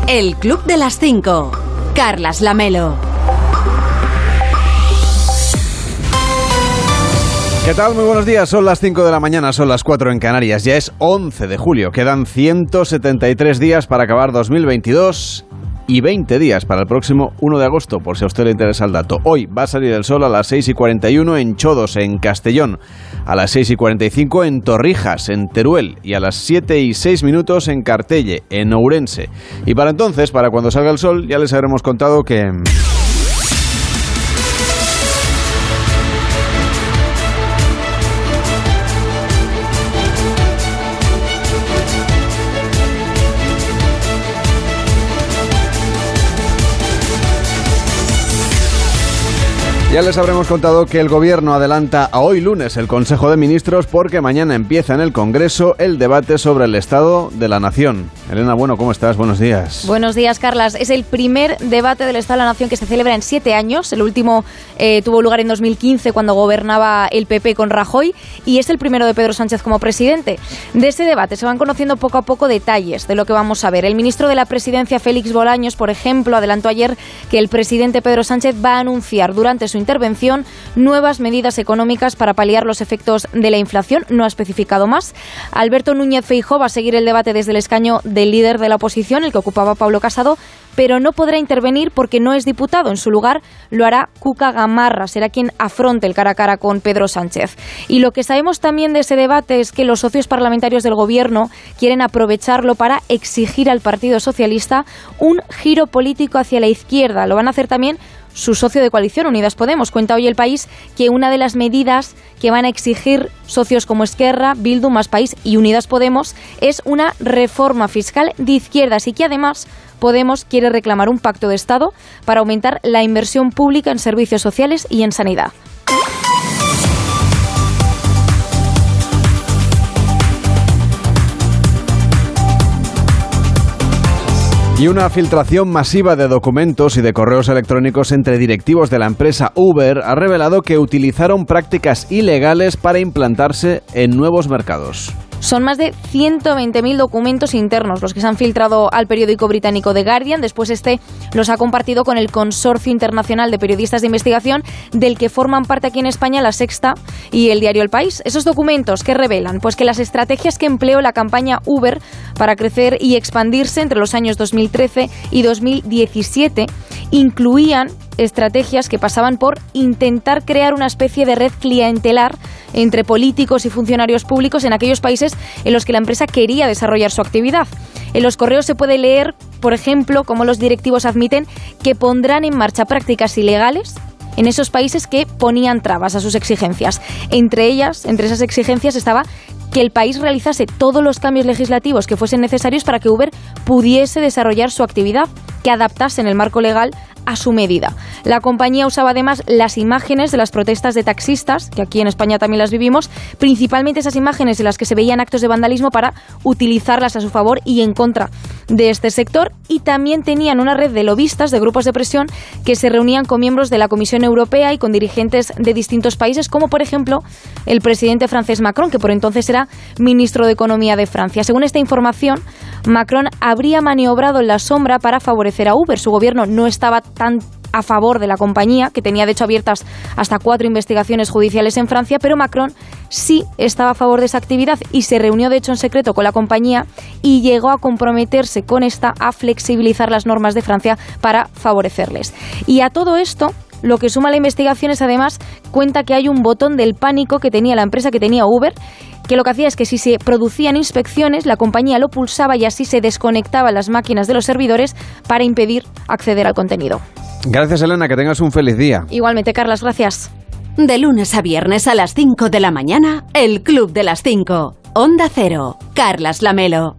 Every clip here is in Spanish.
El Club de las 5. Carlas Lamelo. ¿Qué tal? Muy buenos días. Son las 5 de la mañana, son las 4 en Canarias. Ya es 11 de julio. Quedan 173 días para acabar 2022 y 20 días para el próximo 1 de agosto, por si a usted le interesa el dato. Hoy va a salir el sol a las 6:41 en Chodos, en Castellón, a las 6:45 en Torrijas, en Teruel, y a las 7:06 en Cartelle, en Ourense. Y para entonces, para cuando salga el sol, ya les habremos contado que... Ya les habremos contado que el Gobierno adelanta a hoy lunes el Consejo de Ministros porque mañana empieza en el Congreso el debate sobre el Estado de la Nación. Elena, bueno, ¿cómo estás? Buenos días. Buenos días, Carlas. Es el primer debate del Estado de la Nación que se celebra en 7 años. El último tuvo lugar en 2015 cuando gobernaba el PP con Rajoy y es el primero de Pedro Sánchez como presidente. De ese debate se van conociendo poco a poco detalles de lo que vamos a ver. El ministro de la Presidencia, Félix Bolaños, por ejemplo, adelantó ayer que el presidente Pedro Sánchez va a anunciar durante su intervención nuevas medidas económicas para paliar los efectos de la inflación. No ha especificado más. Alberto Núñez Feijóo va a seguir el debate desde el escaño del líder de la oposición, el que ocupaba Pablo Casado, pero no podrá intervenir porque no es diputado. En su lugar lo hará Cuca Gamarra, será quien afronte el cara a cara con Pedro Sánchez. Y lo que sabemos también de ese debate es que los socios parlamentarios del Gobierno quieren aprovecharlo para exigir al Partido Socialista un giro político hacia la izquierda. Lo van a hacer también su socio de coalición, Unidas Podemos. Cuenta hoy El País que una de las medidas que van a exigir socios como Esquerra, Bildu, Más País y Unidas Podemos es una reforma fiscal de izquierdas y que además Podemos quiere reclamar un pacto de Estado para aumentar la inversión pública en servicios sociales y en sanidad. Y una filtración masiva de documentos y de correos electrónicos entre directivos de la empresa Uber ha revelado que utilizaron prácticas ilegales para implantarse en nuevos mercados. Son más de 120.000 documentos internos los que se han filtrado al periódico británico The Guardian. Después los ha compartido con el Consorcio Internacional de Periodistas de Investigación, del que forman parte aquí en España La Sexta y el diario El País. Esos documentos, ¿qué revelan? Pues que las estrategias que empleó la campaña Uber para crecer y expandirse entre los años 2013 y 2017 incluían estrategias que pasaban por intentar crear una especie de red clientelar entre políticos y funcionarios públicos en aquellos países en los que la empresa quería desarrollar su actividad. En los correos se puede leer, por ejemplo, cómo los directivos admiten que pondrán en marcha prácticas ilegales en esos países que ponían trabas a sus exigencias. Entre esas exigencias estaba que el país realizase todos los cambios legislativos que fuesen necesarios para que Uber pudiese desarrollar su actividad, que adaptasen el marco legal a su medida. La compañía usaba además las imágenes de las protestas de taxistas, que aquí en España también las vivimos, principalmente esas imágenes en las que se veían actos de vandalismo, para utilizarlas a su favor y en contra de este sector. Y también tenían una red de lobistas, de grupos de presión, que se reunían con miembros de la Comisión Europea y con dirigentes de distintos países, como por ejemplo el presidente francés Macron, que por entonces era ministro de Economía de Francia. Según esta información, Macron habría maniobrado en la sombra para favorecer a Uber. Su gobierno no estaba tan a favor de la compañía, que tenía de hecho abiertas hasta 4 investigaciones judiciales en Francia, pero Macron sí estaba a favor de esa actividad y se reunió de hecho en secreto con la compañía y llegó a comprometerse con esta a flexibilizar las normas de Francia para favorecerles. Y a todo esto, lo que suma la investigación es además, cuenta que hay un botón del pánico que tenía la empresa, que tenía Uber, que lo que hacía es que si se producían inspecciones, la compañía lo pulsaba y así se desconectaban las máquinas de los servidores para impedir acceder al contenido. Gracias, Elena, que tengas un feliz día. Igualmente, Carlas, gracias. De lunes a viernes a las 5 de la mañana, el Club de las 5. Onda Cero, Carlas Lamelo.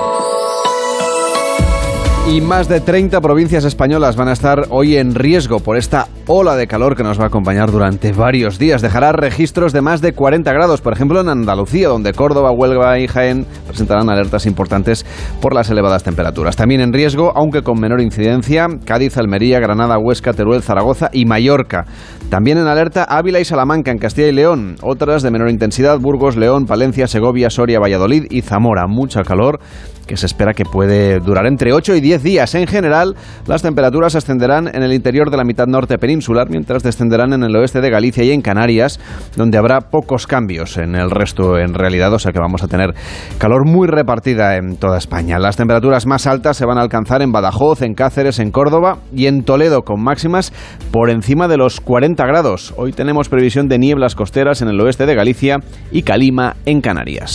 Y más de 30 provincias españolas van a estar hoy en riesgo por esta ola de calor que nos va a acompañar durante varios días. Dejará registros de más de 40 grados, por ejemplo en Andalucía, donde Córdoba, Huelva y Jaén presentarán alertas importantes por las elevadas temperaturas. También en riesgo, aunque con menor incidencia, Cádiz, Almería, Granada, Huesca, Teruel, Zaragoza y Mallorca. También en alerta Ávila y Salamanca, en Castilla y León. Otras de menor intensidad, Burgos, León, Palencia, Segovia, Soria, Valladolid y Zamora. Mucha calor que se espera que puede durar entre 8 y 10 días. En general, las temperaturas ascenderán en el interior de la mitad norte peninsular, mientras descenderán en el oeste de Galicia y en Canarias, donde habrá pocos cambios en el resto en realidad, o sea que vamos a tener calor muy repartida en toda España. Las temperaturas más altas se van a alcanzar en Badajoz, en Cáceres, en Córdoba y en Toledo, con máximas por encima de los 40 grados. Hoy tenemos previsión de nieblas costeras en el oeste de Galicia y calima en Canarias.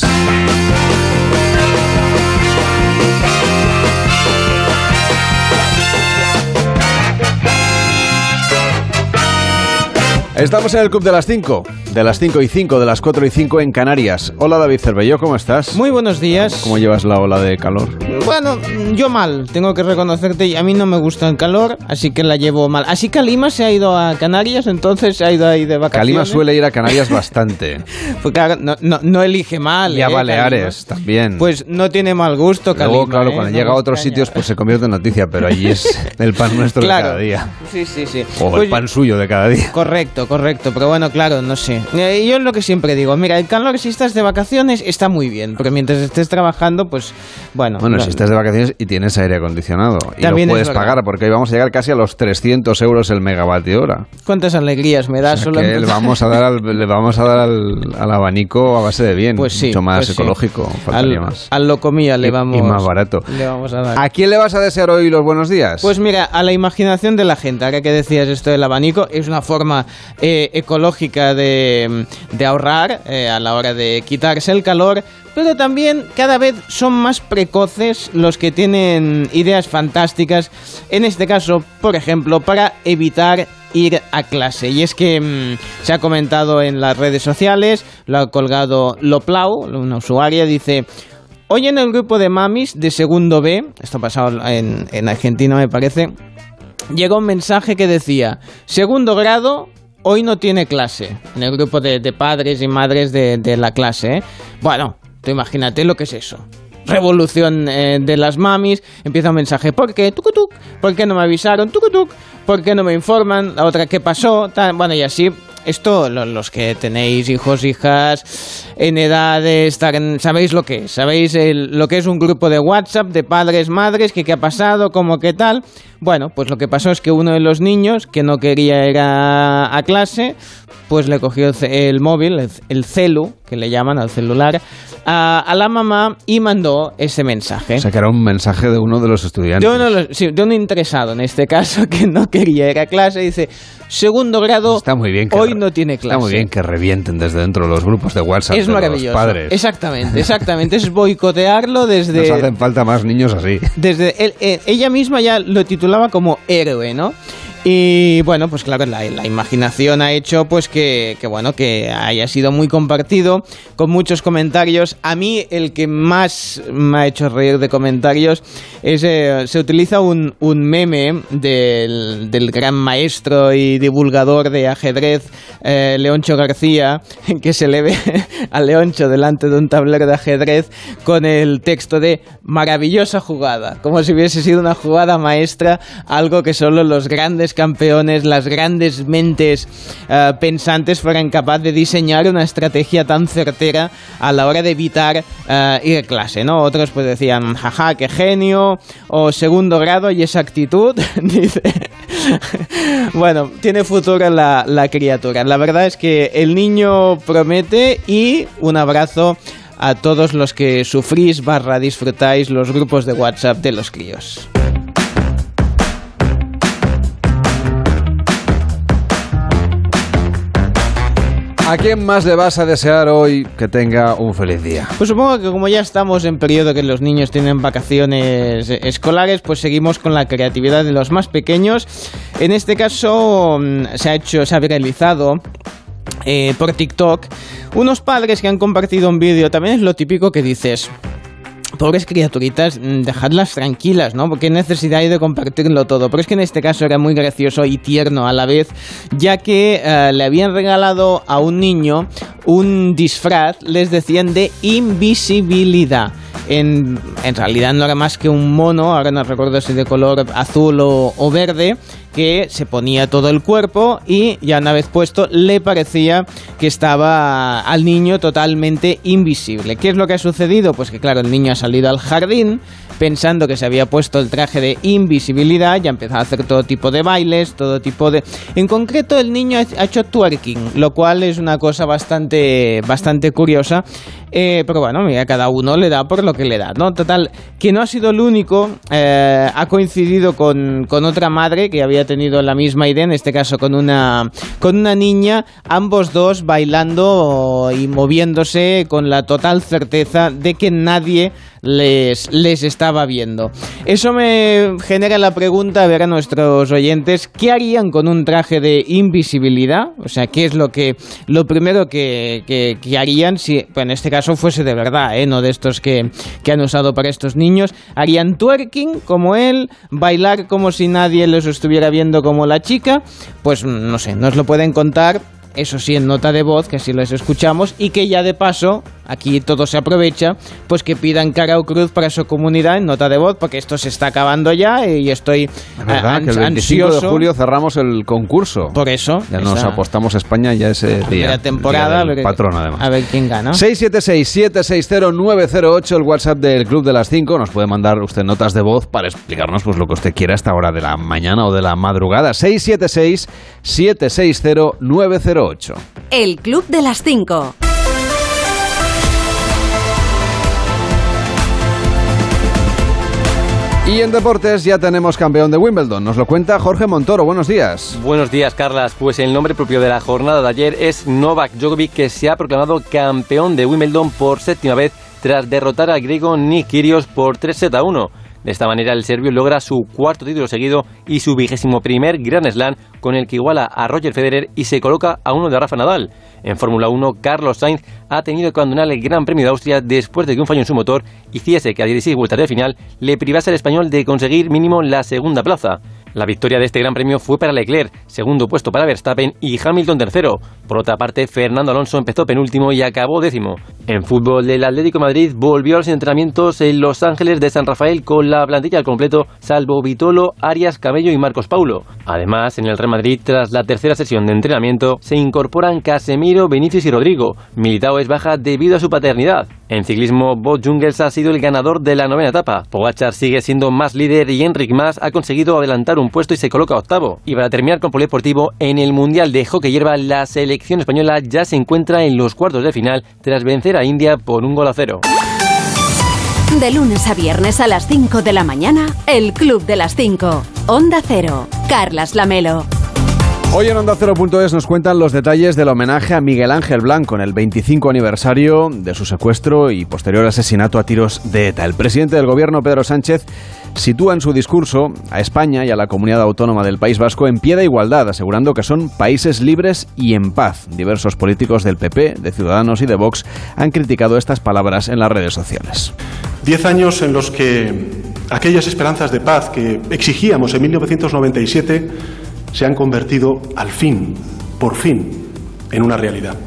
Estamos en el Club de las 5, de las 5 y 5, de las 4 y 5 en Canarias. Hola David Cervelló, ¿cómo estás? Muy buenos días. ¿Cómo llevas la ola de calor? Bueno, yo mal, tengo que reconocerte, a mí no me gusta el calor, así que la llevo mal. Así que Calima se ha ido a Canarias, entonces se ha ido ahí de vacaciones. Calima suele ir a Canarias bastante. Pues claro, no elige mal. Y a Baleares Calima también. Pues no tiene mal gusto Calima. Luego, claro, cuando llega a otros sitios pues se convierte en noticia, pero allí es el pan nuestro de cada día. Sí. O pues, el pan suyo de cada día. Correcto, pero bueno, claro, no sé. Yo es lo que siempre digo, mira, el calor si estás de vacaciones está muy bien, pero mientras estés trabajando, pues bueno. Bueno, si estás de vacaciones y tienes aire acondicionado y también lo puedes pagar, porque hoy vamos a llegar casi a los 300 euros el megavatio hora. ¿Cuántas alegrías me das? O sea que le vamos a dar al abanico a base de bien, pues sí, mucho más pues ecológico, sí. Faltaría más. Al locomía le vamos... Y más barato. Le vamos a dar. ¿A quién le vas a desear hoy los buenos días? Pues mira, a la imaginación de la gente. Ahora que decías esto del abanico, es una forma ecológica de ahorrar a la hora de quitarse el calor, pero también cada vez son más precoces los que tienen ideas fantásticas, en este caso, por ejemplo, para evitar ir a clase. Y es que se ha comentado en las redes sociales, lo ha colgado Loplau, una usuaria, dice: hoy en el grupo de mamis de segundo B, esto ha pasado en Argentina me parece, llegó un mensaje que decía: segundo grado, hoy no tiene clase, en el grupo de padres y madres de la clase, ¿eh? Bueno, tú imagínate lo que es eso. Revolución de las mamis, empieza un mensaje: ¿por qué? Tucutuc, ¿por qué no me avisaron? Tucutuc, ¿por qué no me informan? La otra: ¿qué pasó? Bueno, y así. Esto, los que tenéis hijos, hijas, en edades, sabéis lo que es. Sabéis lo que es un grupo de WhatsApp de padres, madres, que qué ha pasado, cómo, qué tal. Bueno, pues lo que pasó es que uno de los niños, que no quería ir a clase, pues le cogió el móvil, el celu, que le llaman al celular, a la mamá y mandó ese mensaje. O sea, que era un mensaje de uno de los estudiantes. De un interesado, en este caso, que no quería ir a clase. Dice: segundo grado, está muy bien que hoy no tiene clase. Está muy bien que revienten desde dentro los grupos de WhatsApp es de maravilloso. Los padres. Exactamente. Es boicotearlo desde... Nos hacen falta más niños así. Desde ella misma ya lo titulaba como héroe, ¿no? Y bueno, pues claro, la imaginación ha hecho pues que haya sido muy compartido, con muchos comentarios. A mí el que más me ha hecho reír de comentarios es, se utiliza un meme del gran maestro y divulgador de ajedrez, Leoncho García, que se le ve a Leoncho delante de un tablero de ajedrez con el texto de maravillosa jugada, como si hubiese sido una jugada maestra, algo que solo los grandes campeones, las grandes mentes pensantes fueran capaces de diseñar una estrategia tan certera a la hora de evitar ir a clase, ¿no? Otros pues decían: jaja, qué genio, o segundo grado y esa actitud. Dice, bueno, tiene futuro la criatura. La verdad es que el niño promete, y un abrazo a todos los que sufrís / disfrutáis los grupos de WhatsApp de los críos. ¿A quién más le vas a desear hoy que tenga un feliz día? Pues supongo que como ya estamos en periodo que los niños tienen vacaciones escolares, pues seguimos con la creatividad de los más pequeños. En este caso se ha viralizado por TikTok unos padres que han compartido un vídeo. También es lo típico que dices: pobres criaturitas, dejadlas tranquilas, ¿no? Porque necesidad hay de compartirlo todo. Pero es que en este caso era muy gracioso y tierno a la vez, ya que le habían regalado a un niño un disfraz, les decían, de invisibilidad. En realidad no era más que un mono, ahora no recuerdo si de color azul o verde, que se ponía todo el cuerpo y ya una vez puesto le parecía que estaba al niño totalmente invisible. ¿Qué es lo que ha sucedido? Pues que claro, el niño ha salido al jardín pensando que se había puesto el traje de invisibilidad, ya empezó a hacer todo tipo de bailes, todo tipo de... En concreto el niño ha hecho twerking, lo cual es una cosa bastante curiosa, pero bueno, mira, cada uno le da por lo que le da, ¿no? Total, que no ha sido el único, ha coincidido con otra madre que había tenido la misma idea, en este caso con una niña, ambos dos bailando y moviéndose con la total certeza de que nadie les estaba viendo. Eso me genera la pregunta, a ver, a nuestros oyentes, ¿qué harían con un traje de invisibilidad? O sea, ¿qué es lo primero que harían si, pues en este caso, fuese de verdad, no de estos que han usado para estos niños? ¿Harían twerking como él? ¿Bailar como si nadie los estuviera viendo como la chica? Pues no sé, nos lo pueden contar. Eso sí, en nota de voz, que así los escuchamos, y que ya de paso, aquí todo se aprovecha, pues que pidan cara o cruz para su comunidad en nota de voz, porque esto se está acabando ya y estoy ¿verdad? Que el 25 de julio cerramos el concurso. Por eso. Ya nos apostamos a España ya ese día. La temporada, día del patrón, además. A ver quién gana. 676-760-908, el WhatsApp del Club de las 5. Nos puede mandar usted notas de voz para explicarnos pues lo que usted quiera a esta hora de la mañana o de la madrugada. 676-760-908. El Club de las 5. Y en deportes ya tenemos campeón de Wimbledon. Nos lo cuenta Jorge Montoro. Buenos días. Buenos días, Carlas. Pues el nombre propio de la jornada de ayer es Novak Djokovic, que se ha proclamado campeón de Wimbledon por séptima vez tras derrotar al griego Nick Kyrgios por 3-1. De esta manera el serbio logra su cuarto título seguido y su 21º Grand Slam, con el que iguala a Roger Federer y se coloca a uno de Rafa Nadal. En Fórmula 1, Carlos Sainz ha tenido que abandonar el Gran Premio de Austria después de que un fallo en su motor hiciese que a 16 vueltas de final le privase al español de conseguir mínimo la segunda plaza. La victoria de este Gran Premio fue para Leclerc, segundo puesto para Verstappen y Hamilton tercero. Por otra parte, Fernando Alonso empezó penúltimo y acabó décimo. En fútbol, el Atlético de Madrid volvió a los entrenamientos en Los Ángeles de San Rafael con la plantilla al completo, salvo Vitolo, Arias, Camello y Marcos Paulo. Además, en el Real Madrid, tras la tercera sesión de entrenamiento, se incorporan Casemiro, Vinicius y Rodrigo. Militao es baja debido a su paternidad. En ciclismo, Bob Jungels ha sido el ganador de la 9ª etapa. Pogačar sigue siendo más líder y Enric Mas ha conseguido adelantar un puesto y se coloca octavo. Y para terminar con polideportivo, en el Mundial de Hockey Hierba, la selección española ya se encuentra en los cuartos de final tras vencer a India por 1-0. De lunes a viernes a las 5 de la mañana, el Club de las 5. Onda Cero. Carlas Lamelo. Hoy en OndaCero.es nos cuentan los detalles del homenaje a Miguel Ángel Blanco en el 25 aniversario de su secuestro y posterior asesinato a tiros de ETA. El presidente del gobierno, Pedro Sánchez, sitúa en su discurso a España y a la comunidad autónoma del País Vasco en pie de igualdad, asegurando que son países libres y en paz. Diversos políticos del PP, de Ciudadanos y de Vox han criticado estas palabras en las redes sociales. 10 años en los que aquellas esperanzas de paz que exigíamos en 1997 se han convertido, al fin, por fin, en una realidad.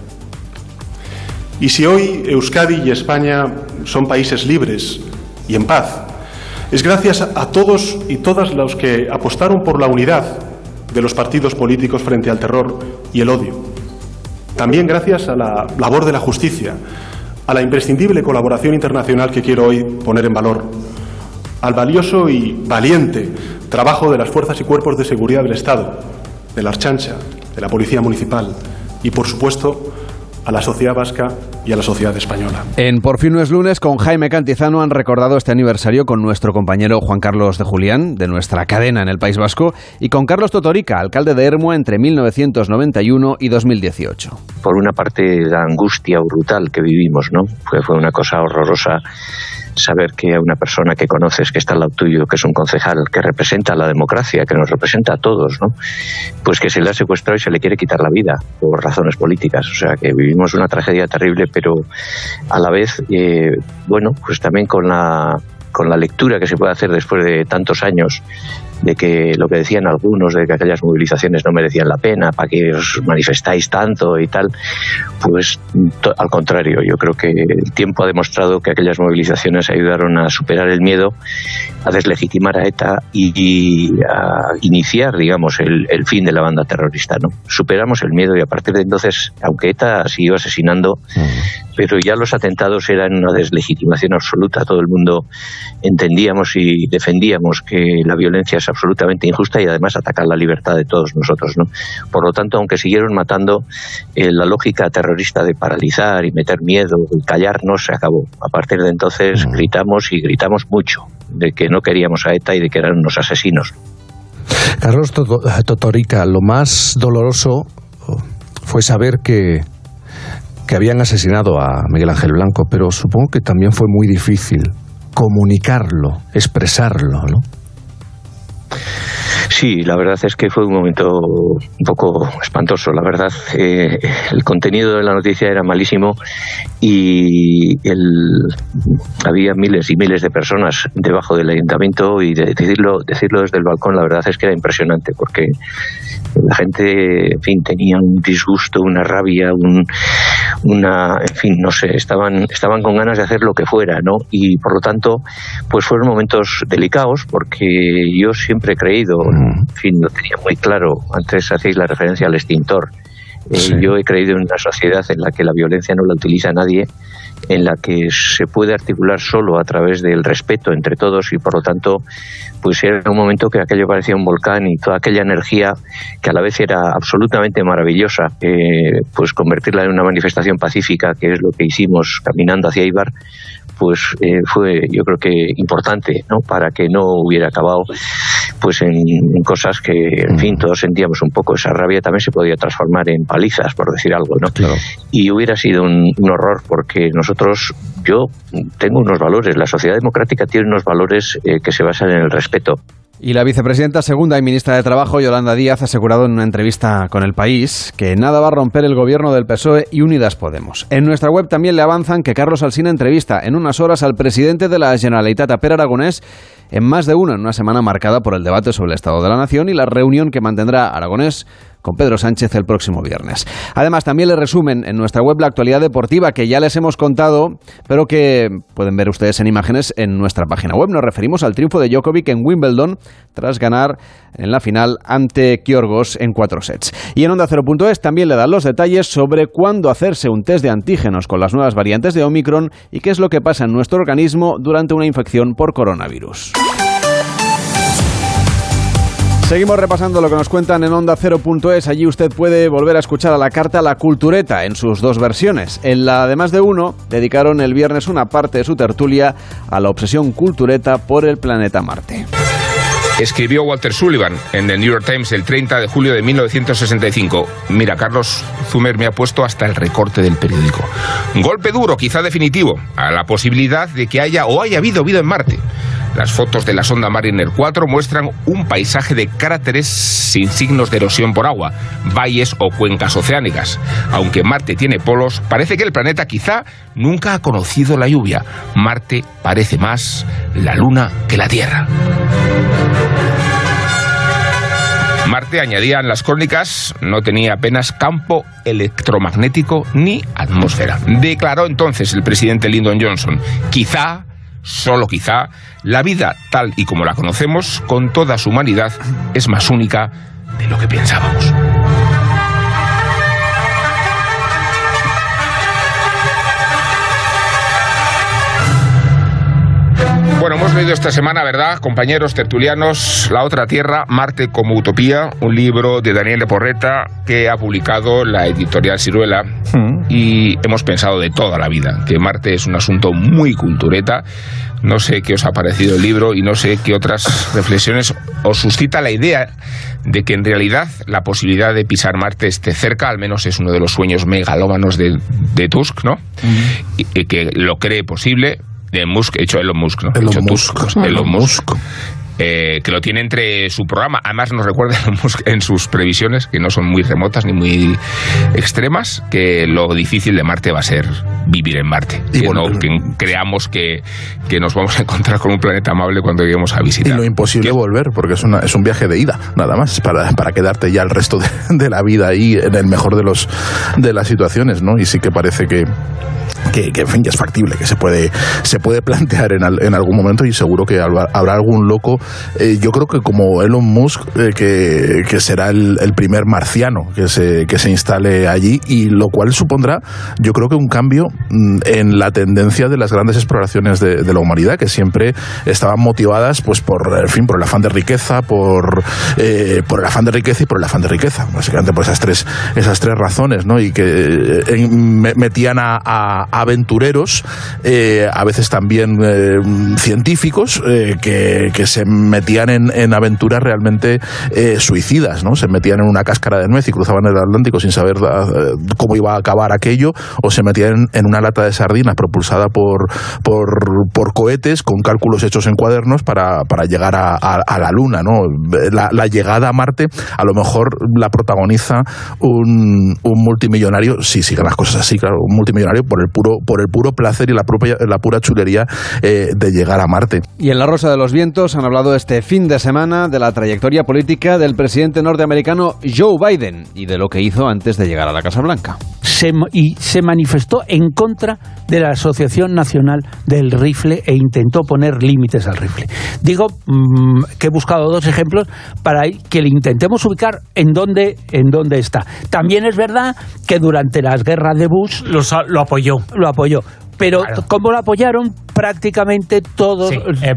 Y si hoy Euskadi y España son países libres y en paz, es gracias a todos y todas los que apostaron por la unidad de los partidos políticos frente al terror y el odio. También gracias a la labor de la justicia, a la imprescindible colaboración internacional que quiero hoy poner en valor, al valioso y valiente trabajo de las fuerzas y cuerpos de seguridad del Estado, de la Ertzaintza, de la Policía Municipal y, por supuesto, a la sociedad vasca y a la sociedad española. En Por fin no es lunes, con Jaime Cantizano han recordado este aniversario con nuestro compañero Juan Carlos de Julián, de nuestra cadena en el País Vasco, y con Carlos Totorica, alcalde de Ermua entre 1991 y 2018. Por una parte, la angustia brutal que vivimos, ¿no? Fue una cosa horrorosa saber que a una persona que conoces, que está al lado tuyo, que es un concejal, que representa a la democracia, que nos representa a todos, ¿no? Pues que se le ha secuestrado y se le quiere quitar la vida por razones políticas. O sea, que vivimos una tragedia terrible, pero a la vez, bueno, pues también con la lectura que se puede hacer después de tantos años de que lo que decían algunos, de que aquellas movilizaciones no merecían la pena, para que os manifestáis tanto y tal, pues al contrario, yo creo que el tiempo ha demostrado que aquellas movilizaciones ayudaron a superar el miedo, a deslegitimar a ETA y a iniciar, digamos, el fin de la banda terrorista, ¿no? Superamos el miedo y a partir de entonces, aunque ETA siguió asesinando, pero ya los atentados eran una deslegitimación absoluta. Todo el mundo entendíamos y defendíamos que la violencia es absolutamente injusta y además atacar la libertad de todos nosotros, ¿no? Por lo tanto, aunque siguieron matando, la lógica terrorista de paralizar y meter miedo y callar no se acabó. A partir de entonces gritamos y gritamos mucho de que no queríamos a ETA y de que eran unos asesinos. Carlos Totorica, lo más doloroso fue saber que habían asesinado a Miguel Ángel Blanco, pero supongo que también fue muy difícil comunicarlo, expresarlo, ¿no? Sí, la verdad es que fue un momento un poco espantoso. La verdad, el contenido de la noticia era malísimo y había miles y miles de personas debajo del ayuntamiento y decirlo desde el balcón, la verdad es que era impresionante porque la gente, en fin, tenía un disgusto, una rabia, en fin, no sé, estaban con ganas de hacer lo que fuera, ¿no? Y por lo tanto, pues fueron momentos delicados porque yo siempre he creído, en fin, lo tenía muy claro, antes hacéis la referencia al extintor. Sí. Yo he creído en una sociedad en la que la violencia no la utiliza nadie, en la que se puede articular solo a través del respeto entre todos y por lo tanto pues era un momento que aquello parecía un volcán y toda aquella energía que a la vez era absolutamente maravillosa, pues convertirla en una manifestación pacífica, que es lo que hicimos caminando hacia Eibar, pues fue, yo creo que importante, ¿no? Para que no hubiera acabado pues en cosas que, en fin, todos sentíamos un poco. Esa rabia también se podía transformar en palizas, por decir algo, ¿no? Claro. Y hubiera sido un horror porque yo tengo unos valores, la sociedad democrática tiene unos valores que se basan en el respeto. Y la vicepresidenta segunda y ministra de Trabajo, Yolanda Díaz, ha asegurado en una entrevista con El País que nada va a romper el gobierno del PSOE y Unidas Podemos. En nuestra web también le avanzan que Carlos Alsina entrevista en unas horas al presidente de la Generalitat, a Pere Aragonès, en más de una, en una semana marcada por el debate sobre el Estado de la Nación y la reunión que mantendrá Aragonès con Pedro Sánchez el próximo viernes. Además, también le resumen en nuestra web la actualidad deportiva que ya les hemos contado, pero que pueden ver ustedes en imágenes en nuestra página web. Nos referimos al triunfo de Djokovic en Wimbledon tras ganar en la final ante Kyrgios en 4 sets. Y en OndaCero.es también le dan los detalles sobre cuándo hacerse un test de antígenos con las nuevas variantes de Omicron y qué es lo que pasa en nuestro organismo durante una infección por coronavirus. Seguimos repasando lo que nos cuentan en OndaCero.es. Allí usted puede volver a escuchar a la carta La Cultureta en sus dos versiones. En la de Más de Uno dedicaron el viernes una parte de su tertulia a la obsesión cultureta por el planeta Marte. Escribió Walter Sullivan en el New York Times el 30 de julio de 1965. Mira, Carlos Zumer me ha puesto hasta el recorte del periódico. Golpe duro, quizá definitivo, a la posibilidad de que haya habido vida en Marte. Las fotos de la sonda Mariner 4 muestran un paisaje de cráteres sin signos de erosión por agua, valles o cuencas oceánicas. Aunque Marte tiene polos, parece que el planeta quizá nunca ha conocido la lluvia. Marte parece más la Luna que la Tierra. Marte, añadían las crónicas, no tenía apenas campo electromagnético ni atmósfera. Declaró entonces el presidente Lyndon Johnson: quizá, solo quizá, la vida tal y como la conocemos, con toda su humanidad, es más única de lo que pensábamos. Bueno, hemos leído esta semana, ¿verdad, compañeros tertulianos, La otra Tierra, Marte como utopía, un libro de Daniel de Porreta que ha publicado la editorial Siruela, y hemos pensado de toda la vida que Marte es un asunto muy cultureta. No sé qué os ha parecido el libro y no sé qué otras reflexiones os suscita la idea de que en realidad la posibilidad de pisar Marte esté cerca, al menos es uno de los sueños megalómanos de Tusk, ¿no? Y que lo cree posible. De Musk, he dicho Elon Musk, ¿no? Elon Musk. que lo tiene entre su programa. Además nos recuerda en sus previsiones, que no son muy remotas ni muy extremas, que lo difícil de Marte va a ser vivir en Marte. Y bueno, que creamos que nos vamos a encontrar con un planeta amable cuando lleguemos a visitar. Y lo imposible volver, porque es un viaje de ida, nada más, para quedarte ya el resto de la vida ahí, en el mejor de las situaciones, ¿no? Y sí que parece que en fin, que es factible, que se puede plantear en algún momento, y seguro que habrá algún loco, yo creo que como Elon Musk, que será el primer marciano que se instale allí, y lo cual supondrá, yo creo que un cambio en la tendencia de las grandes exploraciones de la humanidad, que siempre estaban motivadas pues por el afán de riqueza, por el afán de riqueza y por el afán de riqueza, básicamente por esas tres razones, ¿no? Y que metían a aventureros, a veces también científicos, que se metían en aventuras realmente suicidas, ¿no? Se metían en una cáscara de nuez y cruzaban el Atlántico sin saber cómo iba a acabar aquello, o se metían en una lata de sardinas propulsada por cohetes con cálculos hechos en cuadernos para llegar a la Luna, ¿no? La llegada a Marte a lo mejor la protagoniza un multimillonario, si siguen las cosas así, claro, un multimillonario por el puro placer y la pura chulería de llegar a Marte. Y en La Rosa de los Vientos han hablado este fin de semana de la trayectoria política del presidente norteamericano Joe Biden y de lo que hizo antes de llegar a la Casa Blanca. Se manifestó en contra de la Asociación Nacional del Rifle e intentó poner límites al rifle. Digo que he buscado dos ejemplos para que le intentemos ubicar en dónde está. También es verdad que durante las guerras de Bush lo apoyó. Pero claro, ¿cómo lo apoyaron? Prácticamente todo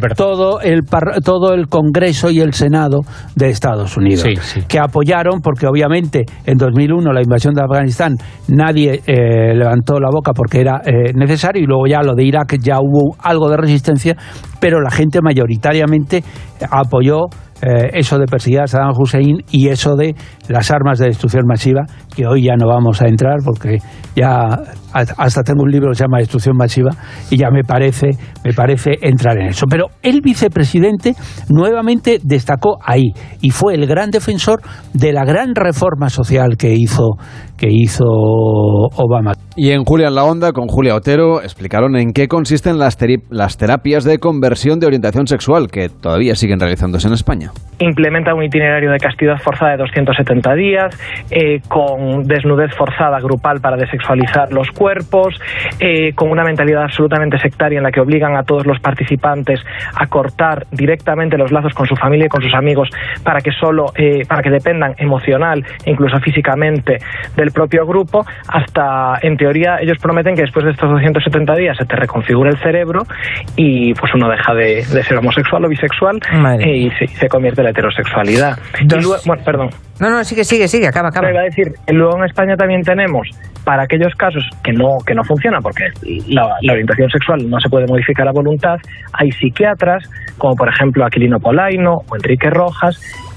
el Congreso y el Senado de Estados Unidos, que apoyaron, porque obviamente en 2001 la invasión de Afganistán nadie levantó la boca porque era necesario, y luego ya lo de Irak ya hubo algo de resistencia, pero la gente mayoritariamente apoyó eso de perseguir a Saddam Hussein y eso de las armas de destrucción masiva, que hoy ya no vamos a entrar porque ya hasta tengo un libro que se llama Destrucción Masiva y ya me parece entrar en eso. Pero el vicepresidente nuevamente destacó ahí y fue el gran defensor de la gran reforma social que hizo Obama. Y en Julia en la Onda, con Julia Otero, explicaron en qué consisten las terapias de conversión de orientación sexual que todavía siguen realizándose en España. Implementa un itinerario de castidad forzada de 270 días, con desnudez forzada grupal para desexualizar los cuerpos, con una mentalidad absolutamente sectaria en la que obligan a todos los participantes a cortar directamente los lazos con su familia y con sus amigos para que dependan emocional e incluso físicamente del propio grupo, hasta, en teoría, ellos prometen que después de estos 270 días se te reconfigura el cerebro y pues uno deja de ser homosexual o bisexual y se convierte en la heterosexualidad. Perdón. No, sigue, acaba. Iba a decir, luego en España también tenemos, para aquellos casos que no funcionan, porque la orientación sexual no se puede modificar a voluntad, hay psiquiatras, como por ejemplo Aquilino Polaino o Enrique Rojas,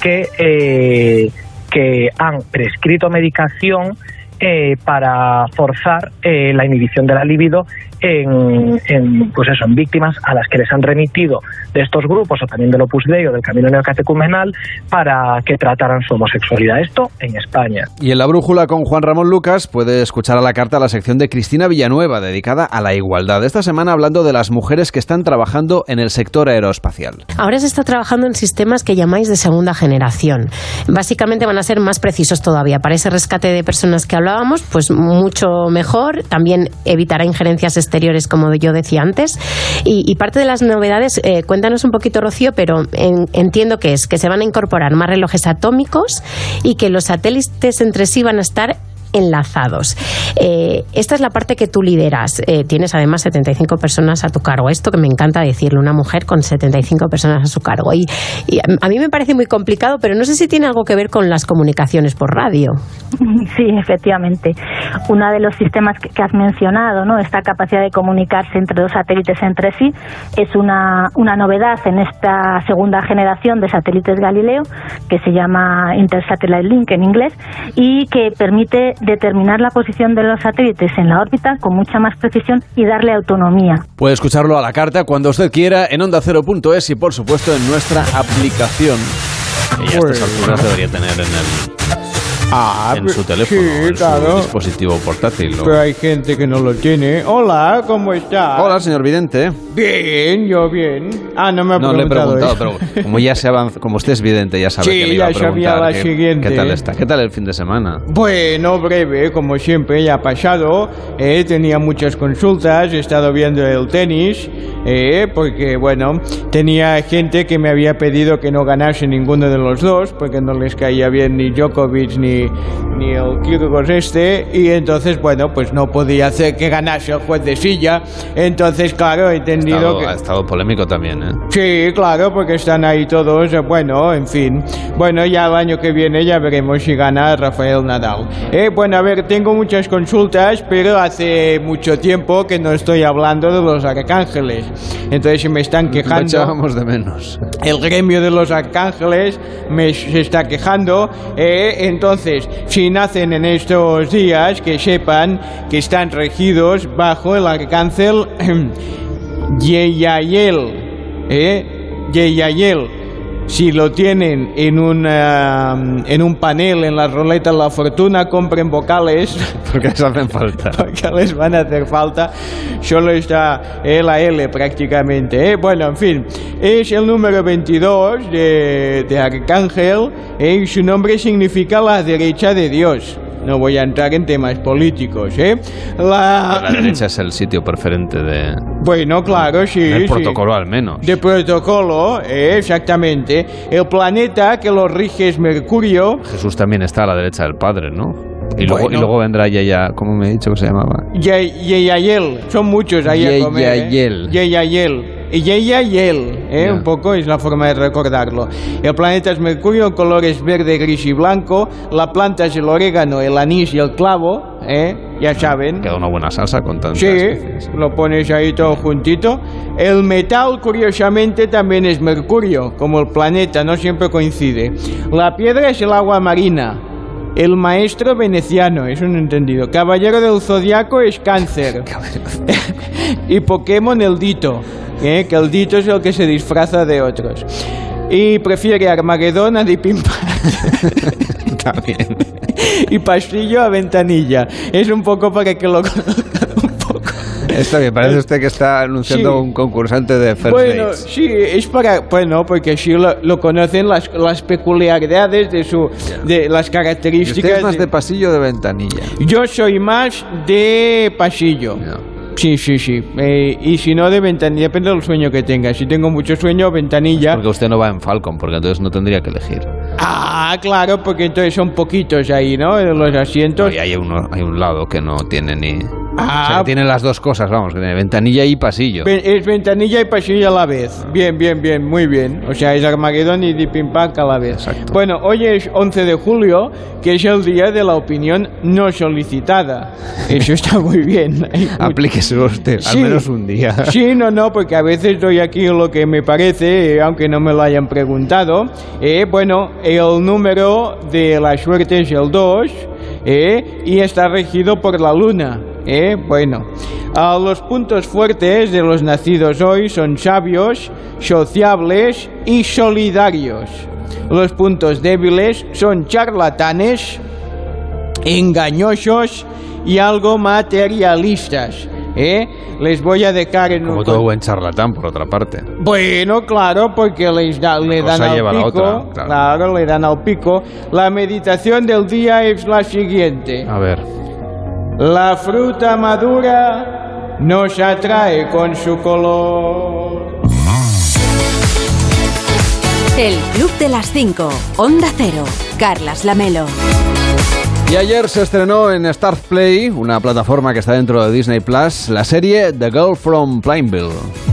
que han prescrito medicación para forzar la inhibición de la libido en víctimas a las que les han remitido de estos grupos o también del Opus Dei o del Camino Neocatecumenal para que trataran su homosexualidad. Esto en España. Y en La Brújula con Juan Ramón Lucas puede escuchar a la carta la sección de Cristina Villanueva dedicada a la igualdad. Esta semana hablando de las mujeres que están trabajando en el sector aeroespacial. Ahora se está trabajando en sistemas que llamáis de segunda generación. Básicamente van a ser más precisos todavía. Para ese rescate de personas que hablábamos, pues mucho mejor. También evitará injerencias exteriores, como yo decía antes. Y parte de las novedades, cuéntanos un poquito, Rocío, pero entiendo que se van a incorporar más relojes atómicos y que los satélites entre sí van a estar enlazados. Esta es la parte que tú lideras. Tienes además 75 personas a tu cargo. Esto que me encanta decirlo, una mujer con 75 personas a su cargo. Y a mí me parece muy complicado, pero no sé si tiene algo que ver con las comunicaciones por radio. Sí, efectivamente. Uno de los sistemas que has mencionado, ¿no? Esta capacidad de comunicarse entre dos satélites entre sí, es una novedad en esta segunda generación de satélites Galileo, que se llama Intersatellite Link en inglés, y que permite determinar la posición de los satélites en la órbita con mucha más precisión y darle autonomía. Puede escucharlo a la carta cuando usted quiera en ondacero.es y por supuesto en nuestra aplicación. Que ya a estas alturas debería tener en su teléfono, sí, en su dispositivo portátil. Pero hay gente que no lo tiene. Hola, ¿cómo está? Hola, señor vidente. Bien, yo bien. No me ha preguntado. No le he preguntado, eso. pero como ya se avanza, como usted es vidente, ya sabe que le iba a preguntar. Ya sabía la siguiente. ¿Qué tal está? ¿Qué tal el fin de semana? Bueno, breve, como siempre, ya ha pasado. Tenía muchas consultas, he estado viendo el tenis, porque, bueno, tenía gente que me había pedido que no ganase ninguno de los dos, porque no les caía bien ni Djokovic ni el Kyrgios y entonces, bueno, pues no podía hacer que ganase el juez de silla. Entonces, claro, he entendido que... Ha estado polémico también, ¿eh? Sí, claro, porque están ahí todos, bueno, en fin. Bueno, ya el año que viene ya veremos si gana Rafael Nadal. Bueno, a ver, tengo muchas consultas, pero hace mucho tiempo que no estoy hablando de los arcángeles. Entonces se me están quejando. Lo echábamos de menos. El gremio de los arcángeles se está quejando. Entonces, si nacen en estos días, que sepan que están regidos bajo el arcángel Yeyael. Yeyael. Si lo tienen en un panel en las ruletas de la fortuna, compren vocales. Porque les hacen falta. Porque les van a hacer falta. Solo está la L prácticamente. Bueno, en fin. Es el número 22 de Arcángel. Y su nombre significa la derecha de Dios. No voy a entrar en temas políticos, La derecha es el sitio preferente de... Bueno, claro, sí. De protocolo, al menos. De protocolo, exactamente. El planeta que lo rige es Mercurio. Jesús también está a la derecha del Padre, ¿no? Y luego vendrá Yeya, ¿cómo me he dicho que se llamaba? Yeyayel, son muchos ahí a comer. Yeyayel. Yeyayel, un poco es la forma de recordarlo. El planeta es Mercurio, el color es verde, gris y blanco. La planta es el orégano, el anís y el clavo, ya saben. Queda una buena salsa con tantas especies. Lo pones ahí todo juntito. El metal, curiosamente, también es Mercurio, como el planeta, no siempre coincide. La piedra es el agua marina. El maestro veneciano, eso no he entendido. Caballero del Zodiaco es Cáncer. Y Pokémon el Dito, que el Dito es el que se disfraza de otros. Y prefiere Armagedón a Dipimpa. Está bien. Y Pastillo a Ventanilla. Es un poco para que lo conozcan un poco. Está bien, parece usted que está anunciando un concursante de First Dates. Sí, es para... Bueno, porque así lo conocen las peculiaridades de las características... ¿Y usted es más de pasillo o de ventanilla? Yo soy más de pasillo. No. Sí. Y si no, de ventanilla, depende del sueño que tenga. Si tengo mucho sueño, ventanilla. Es porque usted no va en Falcon, porque entonces no tendría que elegir. Claro, porque entonces son poquitos ahí, ¿no? Los asientos. Y hay un lado que no tiene ni... O sea, que tiene las dos cosas, vamos, que tiene ventanilla y pasillo. Es ventanilla y pasillo a la vez. Bien, muy bien. O sea, es Armagedón y Deep Impact a la vez. Exacto. Bueno, hoy es 11 de julio, que es el día de la opinión no solicitada. Eso está muy bien. Aplíquese usted, al menos un día. Sí, no, porque a veces doy aquí lo que me parece, aunque no me lo hayan preguntado. Bueno, el número de la suerte es el 2, y está regido por la luna. Bueno, los puntos fuertes de los nacidos hoy son sabios, sociables y solidarios. Los puntos débiles son charlatanes, engañosos y algo materialistas. Les voy a dejar en como todo buen charlatán, por otra parte. Bueno, claro, porque le dan al pico. Claro, le dan al pico. La meditación del día es la siguiente. A ver. La fruta madura nos atrae con su color. El Club de las 5, Onda Cero, Carlas Lamelo. Y ayer se estrenó en Start Play, una plataforma que está dentro de Disney Plus, la serie The Girl from Plainville.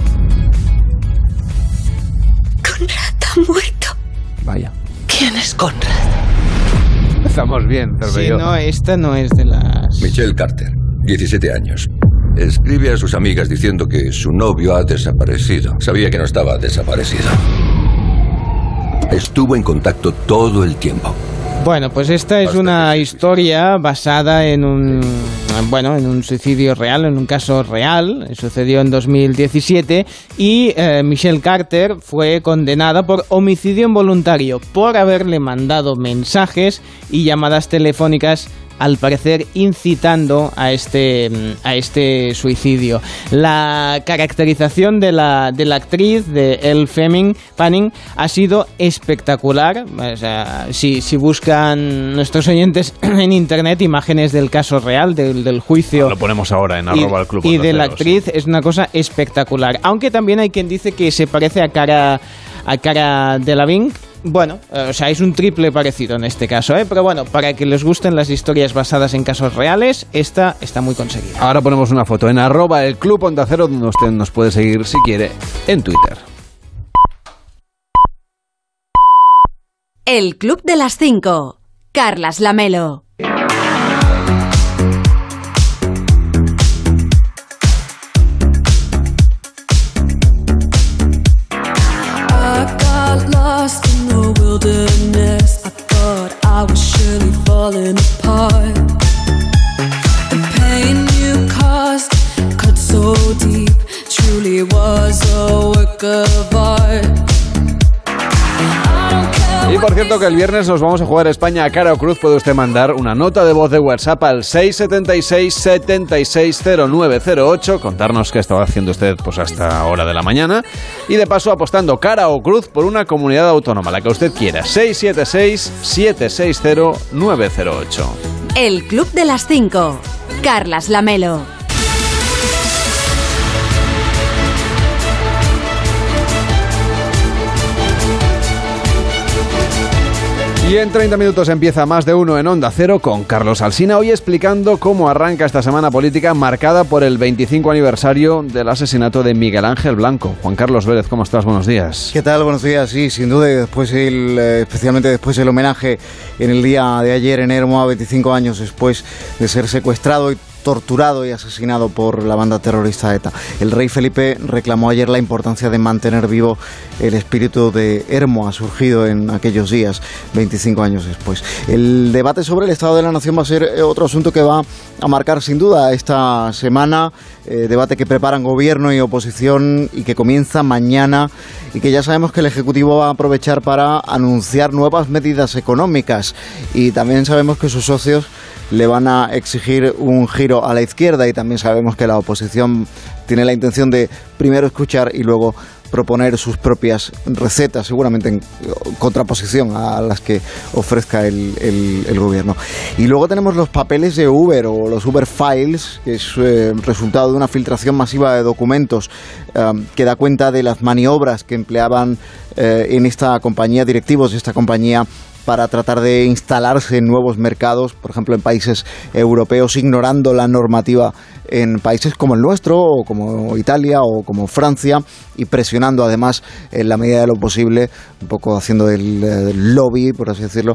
Conrad ha muerto. Vaya. ¿Quién es Conrad? Estamos bien, Cervello. Sí, no, esta no es de las... Michelle Carter, 17 años. Escribe a sus amigas diciendo que su novio ha desaparecido. Sabía que no estaba desaparecido. Estuvo en contacto todo el tiempo. Bueno, pues esta es una historia basada en un suicidio real, en un caso real. Sucedió en 2017 y Michelle Carter fue condenada por homicidio involuntario por haberle mandado mensajes y llamadas telefónicas, al parecer incitando a este suicidio. La caracterización de la actriz, de Elle Fanning, ha sido espectacular. O sea, si buscan nuestros oyentes en internet imágenes del caso real, del juicio, lo ponemos ahora en @elclub y de la actriz, es una cosa espectacular. Aunque también hay quien dice que se parece a Cara Delevingne. Bueno, o sea, es un triple parecido en este caso, ¿eh? Pero bueno, para que les gusten las historias basadas en casos reales, esta está muy conseguida. Ahora ponemos una foto en @elclub Onda Cero, donde usted nos puede seguir si quiere en Twitter. El Club de las 5. Carlas Lamelo. I thought I was surely falling apart. The pain you caused cut so deep, truly was a work of art. Y por cierto que el viernes nos vamos a jugar España a cara o cruz. Puede usted mandar una nota de voz de WhatsApp al 676-760908, contarnos qué estaba haciendo usted pues hasta hora de la mañana, y de paso apostando cara o cruz por una comunidad autónoma, la que usted quiera. 676-760-908. El Club de las 5. Carlas Lamelo. Y en 30 minutos empieza Más de Uno en Onda Cero con Carlos Alsina, hoy explicando cómo arranca esta semana política marcada por el 25 aniversario del asesinato de Miguel Ángel Blanco. Juan Carlos Vélez, ¿cómo estás? Buenos días. ¿Qué tal? Buenos días. Sí, sin duda, especialmente después del homenaje en el día de ayer en Hermoa, 25 años después de ser secuestrado y torturado y asesinado por la banda terrorista ETA. El rey Felipe reclamó ayer la importancia de mantener vivo el espíritu de Hermoa, surgido en aquellos días, 25 años después. El debate sobre el Estado de la Nación va a ser otro asunto que va a marcar sin duda esta semana, debate que preparan gobierno y oposición y que comienza mañana, y que ya sabemos que el Ejecutivo va a aprovechar para anunciar nuevas medidas económicas, y también sabemos que sus socios le van a exigir un giro a la izquierda, y también sabemos que la oposición tiene la intención de primero escuchar y luego proponer sus propias recetas, seguramente en contraposición a las que ofrezca el gobierno. Y luego tenemos los papeles de Uber, o los Uber Files, que es resultado de una filtración masiva de documentos que da cuenta de las maniobras que empleaban en esta compañía, directivos de esta compañía, para tratar de instalarse en nuevos mercados, por ejemplo en países europeos, ignorando la normativa en países como el nuestro, o como Italia, o como Francia, y presionando además en la medida de lo posible, un poco haciendo el lobby, por así decirlo,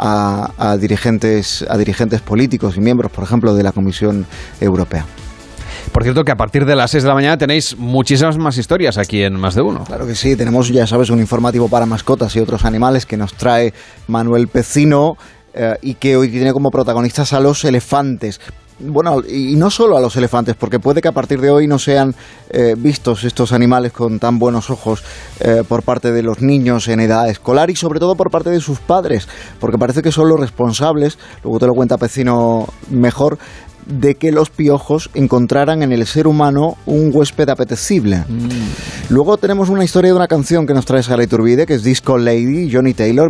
a dirigentes políticos y miembros, por ejemplo, de la Comisión Europea. Por cierto, que a partir de las 6 de la mañana tenéis muchísimas más historias aquí en Más de Uno. Claro que sí, tenemos, ya sabes, un informativo para mascotas y otros animales que nos trae Manuel Pecino, y que hoy tiene como protagonistas a los elefantes. Bueno, y no solo a los elefantes, porque puede que a partir de hoy no sean vistos estos animales con tan buenos ojos por parte de los niños en edad escolar, y sobre todo por parte de sus padres, porque parece que son los responsables, luego te lo cuenta Pecino mejor, de que los piojos encontraran en el ser humano un huésped apetecible. Luego tenemos una historia de una canción que nos trae Sara Iturbide, que es Disco Lady, Johnny Taylor,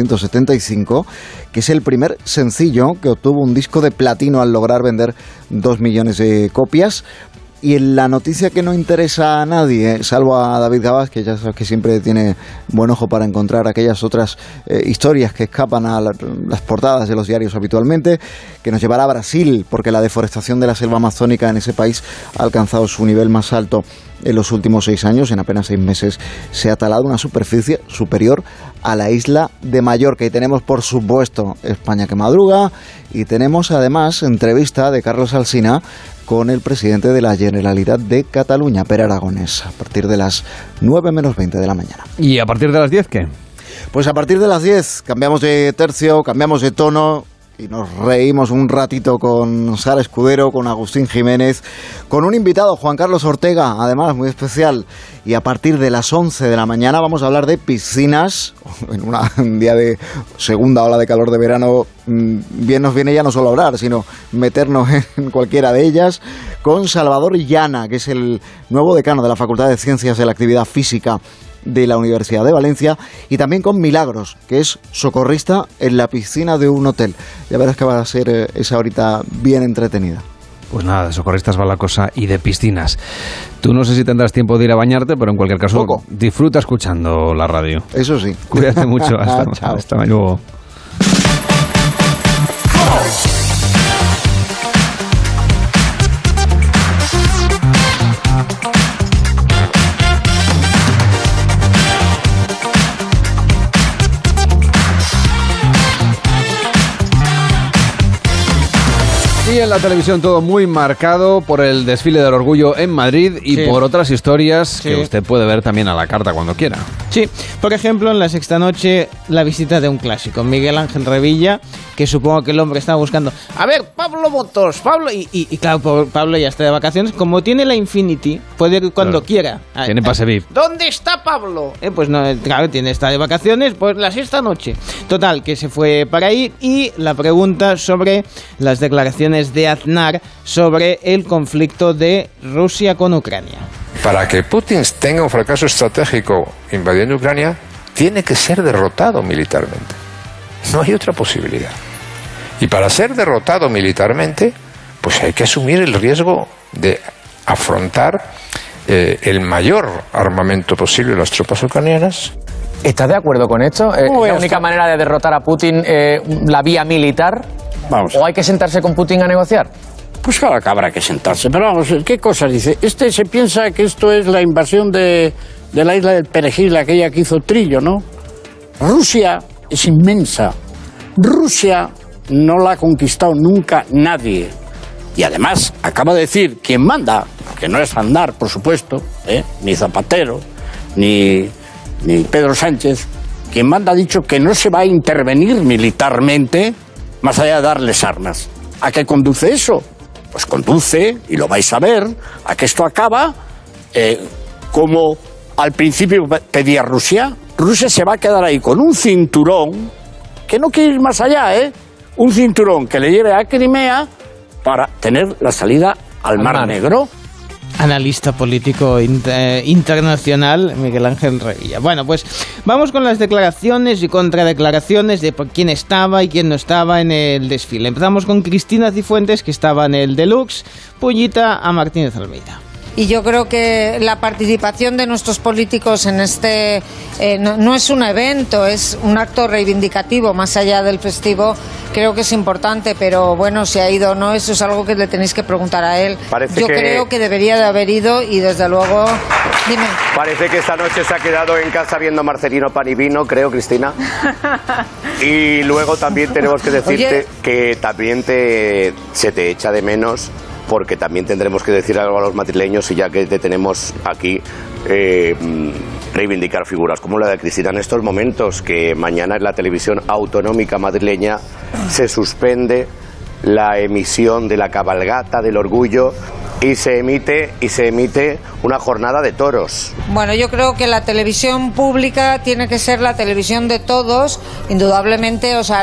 1975, que es el primer sencillo que obtuvo un disco de platino al lograr vender 2 millones de copias. Y en la noticia que no interesa a nadie, salvo a David Gabás, que ya sabes que siempre tiene buen ojo para encontrar aquellas otras historias que escapan a las portadas de los diarios habitualmente, que nos llevará a Brasil, porque la deforestación de la selva amazónica en ese país ha alcanzado su nivel más alto en los últimos 6 años. En apenas 6 meses se ha talado una superficie superior a la isla de Mallorca. Y tenemos, por supuesto, España que madruga, y tenemos además entrevista de Carlos Alsina con el presidente de la Generalitat de Cataluña, Pere Aragonès, a partir de las 9 menos 20 de la mañana. ¿Y a partir de las 10 qué? Pues a partir de las 10 cambiamos de tercio, cambiamos de tono y nos reímos un ratito con Sara Escudero, con Agustín Jiménez, con un invitado, Juan Carlos Ortega, además muy especial. Y a partir de las 11 de la mañana vamos a hablar de piscinas. En un día de segunda ola de calor de verano, bien nos viene ya no solo hablar, sino meternos en cualquiera de ellas, con Salvador Llana, que es el nuevo decano de la Facultad de Ciencias de la Actividad Física de la Universidad de Valencia, y también con Milagros, que es socorrista en la piscina de un hotel. Ya verás que va a ser esa horita bien entretenida. Pues nada, de socorristas va la cosa y de piscinas. Tú no sé si tendrás tiempo de ir a bañarte, pero en cualquier caso, disfruta escuchando la radio. Eso sí. Cuídate mucho. Hasta luego. Y en la televisión todo muy marcado por el desfile del orgullo en Madrid y por otras historias que usted puede ver también a la carta cuando quiera. Sí, por ejemplo, en la sexta noche, la visita de un clásico, Miguel Ángel Revilla, que supongo que el hombre estaba buscando. A ver, Pablo Motos, Pablo. Y claro, Pablo ya está de vacaciones. Como tiene la Infinity, puede ir cuando quiera. Tiene pase VIP. ¿Dónde está Pablo? Pues no, claro, está de vacaciones, pues la sexta noche. Total, que se fue para ahí. Y la pregunta sobre las declaraciones de Aznar sobre el conflicto de Rusia con Ucrania. Para que Putin tenga un fracaso estratégico invadiendo Ucrania, tiene que ser derrotado militarmente. No hay otra posibilidad. Y para ser derrotado militarmente, pues hay que asumir el riesgo de afrontar el mayor armamento posible de las tropas ucranianas. ¿Estás de acuerdo con esto? ¿Es la única manera de derrotar a Putin la vía militar? Vamos. ¿O hay que sentarse con Putin a negociar? Pues claro que habrá que sentarse. Pero vamos, ¿qué cosas dice? Se piensa que esto es la invasión de la isla del Perejil, aquella que hizo Trillo, ¿no? Rusia es inmensa. Rusia no la ha conquistado nunca nadie. Y además, acaba de decir quien manda, que no es Aznar, por supuesto, ni Zapatero, ni Pedro Sánchez, quien manda ha dicho que no se va a intervenir militarmente más allá de darles armas. ¿A qué conduce eso? Pues conduce, y lo vais a ver, a que esto acaba como al principio pedía Rusia. Rusia se va a quedar ahí con un cinturón que no quiere ir más allá, un cinturón que le lleve a Crimea para tener la salida al Mar Negro. Analista político internacional, Miguel Ángel Revilla. Bueno, pues vamos con las declaraciones y contradeclaraciones de quién estaba y quién no estaba en el desfile. Empezamos con Cristina Cifuentes, que estaba en el Deluxe, puñita a Martínez Almeida. Y yo creo que la participación de nuestros políticos en este no es un evento, es un acto reivindicativo, más allá del festivo. Creo que es importante, pero bueno, si ha ido o no, eso es algo que le tenéis que preguntar a él. Creo que debería de haber ido y desde luego... Dime. Parece que esta noche se ha quedado en casa viendo Marcelino Pan y Vino, creo, Cristina. Y luego también tenemos que decirte que también se te echa de menos, porque también tendremos que decir algo a los madrileños, y ya que te tenemos aquí, reivindicar figuras como la de Cristina en estos momentos, que mañana en la televisión autonómica madrileña se suspende la emisión de la cabalgata del orgullo y se emite una jornada de toros. Bueno, yo creo que la televisión pública tiene que ser la televisión de todos, indudablemente, o sea,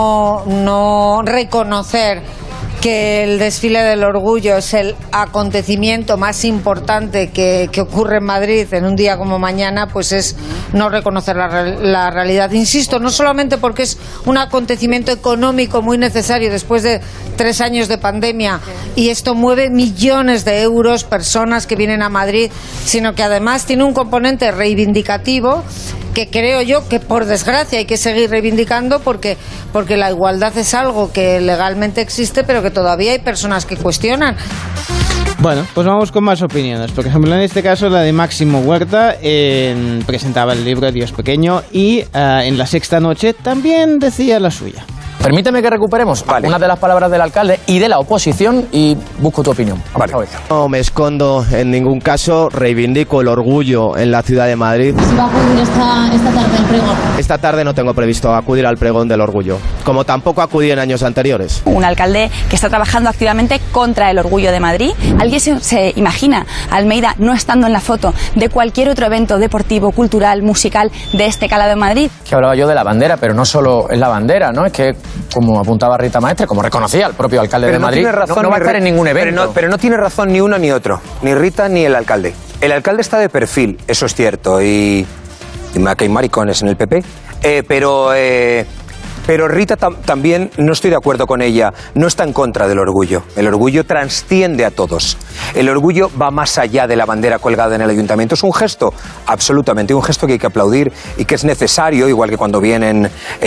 no reconocer que el desfile del orgullo es el acontecimiento más importante que ocurre en Madrid en un día como mañana, pues es no reconocer la realidad. Insisto, no solamente porque es un acontecimiento económico muy necesario después de 3 años de pandemia, y esto mueve millones de euros, personas que vienen a Madrid, sino que además tiene un componente reivindicativo que creo yo que por desgracia hay que seguir reivindicando, porque la igualdad es algo que legalmente existe, pero que todavía hay personas que cuestionan. Bueno, pues vamos con más opiniones. Por ejemplo, en este caso la de Máximo Huerta, presentaba el libro Dios Pequeño, y en la sexta noche también decía la suya. Permíteme que recuperemos una de las palabras del alcalde y de la oposición y busco tu opinión. Vale. No me escondo en ningún caso, reivindico el orgullo en la ciudad de Madrid. ¿Se va a acudir esta tarde al pregón? Esta tarde no tengo previsto acudir al pregón del orgullo, como tampoco acudí en años anteriores. Un alcalde que está trabajando activamente contra el orgullo de Madrid. ¿Alguien se imagina a Almeida no estando en la foto de cualquier otro evento deportivo, cultural, musical de este calado en Madrid? Que hablaba yo de la bandera, pero no solo es la bandera, ¿no? Es que, como apuntaba Rita Maestre, como reconocía el propio alcalde de Madrid, no va a estar en ningún evento. Pero no tiene razón ni uno ni otro, ni Rita ni el alcalde. El alcalde está de perfil, eso es cierto, y que hay maricones en el PP, pero Rita también, no estoy de acuerdo con ella, no está en contra del orgullo. El orgullo trasciende a todos. El orgullo va más allá de la bandera colgada en el ayuntamiento. Es un gesto, absolutamente, un gesto que hay que aplaudir y que es necesario, igual que cuando vienen,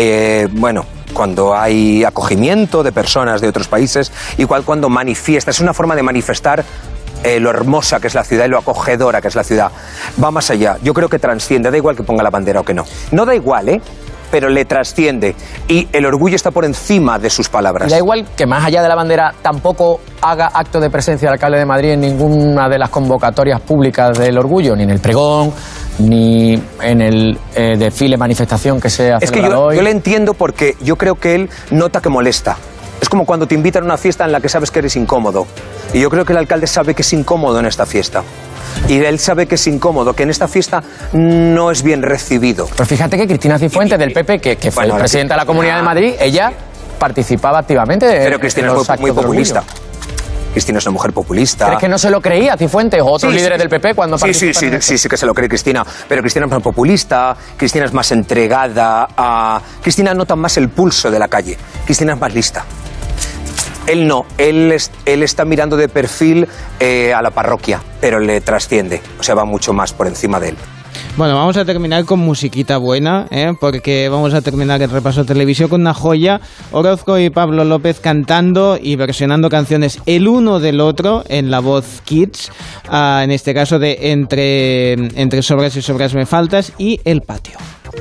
cuando hay acogimiento de personas de otros países, igual cuando manifiesta, es una forma de manifestar lo hermosa que es la ciudad y lo acogedora que es la ciudad. Va más allá, yo creo que trasciende, da igual que ponga la bandera o que no. No da igual, pero le trasciende y el orgullo está por encima de sus palabras. Y da igual que más allá de la bandera tampoco haga acto de presencia el alcalde de Madrid en ninguna de las convocatorias públicas del orgullo, ni en el pregón, ni en el desfile, manifestación que se ha celebrado hoy. Yo le entiendo porque yo creo que él nota que molesta. Es como cuando te invitan a una fiesta en la que sabes que eres incómodo. Y yo creo que el alcalde sabe que es incómodo en esta fiesta. Y él sabe que es incómodo, que en esta fiesta no es bien recibido. Pero fíjate que Cristina Cifuentes del PP, que fue presidenta de la Comunidad de Madrid, ella participaba activamente. Pero Cristina es muy populista. Cristina es una mujer populista. ¿Crees que no se lo creía Cifuentes o otros líderes del PP cuando participaron? Sí que se lo cree Cristina. Pero Cristina es más populista, Cristina es más entregada a... Cristina nota más el pulso de la calle. Cristina es más lista. Él no, él está mirando de perfil a la parroquia, pero le trasciende, o sea, va mucho más por encima de él. Bueno, vamos a terminar con musiquita buena, porque vamos a terminar el repaso de televisión con una joya. Orozco y Pablo López cantando y versionando canciones el uno del otro en La Voz Kids, en este caso de Entre sobras y sobras me faltas y El patio.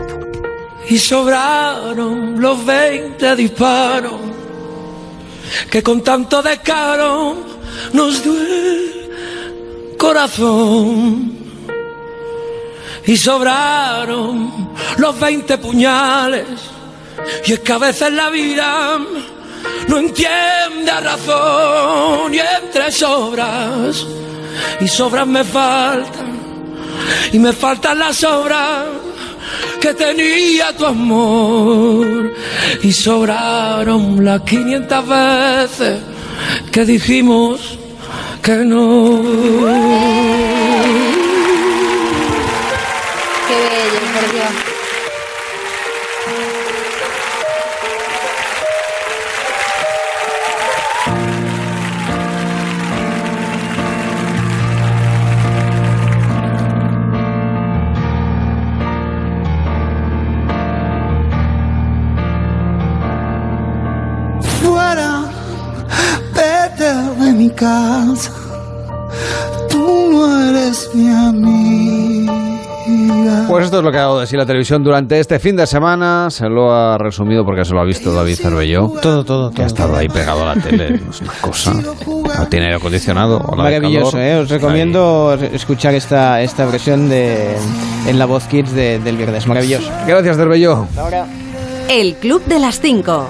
Y sobraron los 20 disparos que con tanto descaro nos dio el corazón. Y sobraron los 20 puñales, y es que a veces la vida no entiende a razón. Y entre sobras y sobras me faltan, y me faltan las sobras que tenía tu amor. Y sobraron las 500 veces que dijimos que no. Qué bello, por Dios. Fuera, vete de mi casa, tú no eres mi amiga. Pues esto es lo que ha dado de sí la televisión durante este fin de semana. Se lo ha resumido porque se lo ha visto David Cervelló. Todo. Que ha estado ahí pegado a la tele. Es una cosa. No tiene aire acondicionado. Maravilloso, Os recomiendo escuchar esta versión en La Voz Kids del viernes. Maravilloso. Gracias, Cervelló. Ahora. El Club de las 5.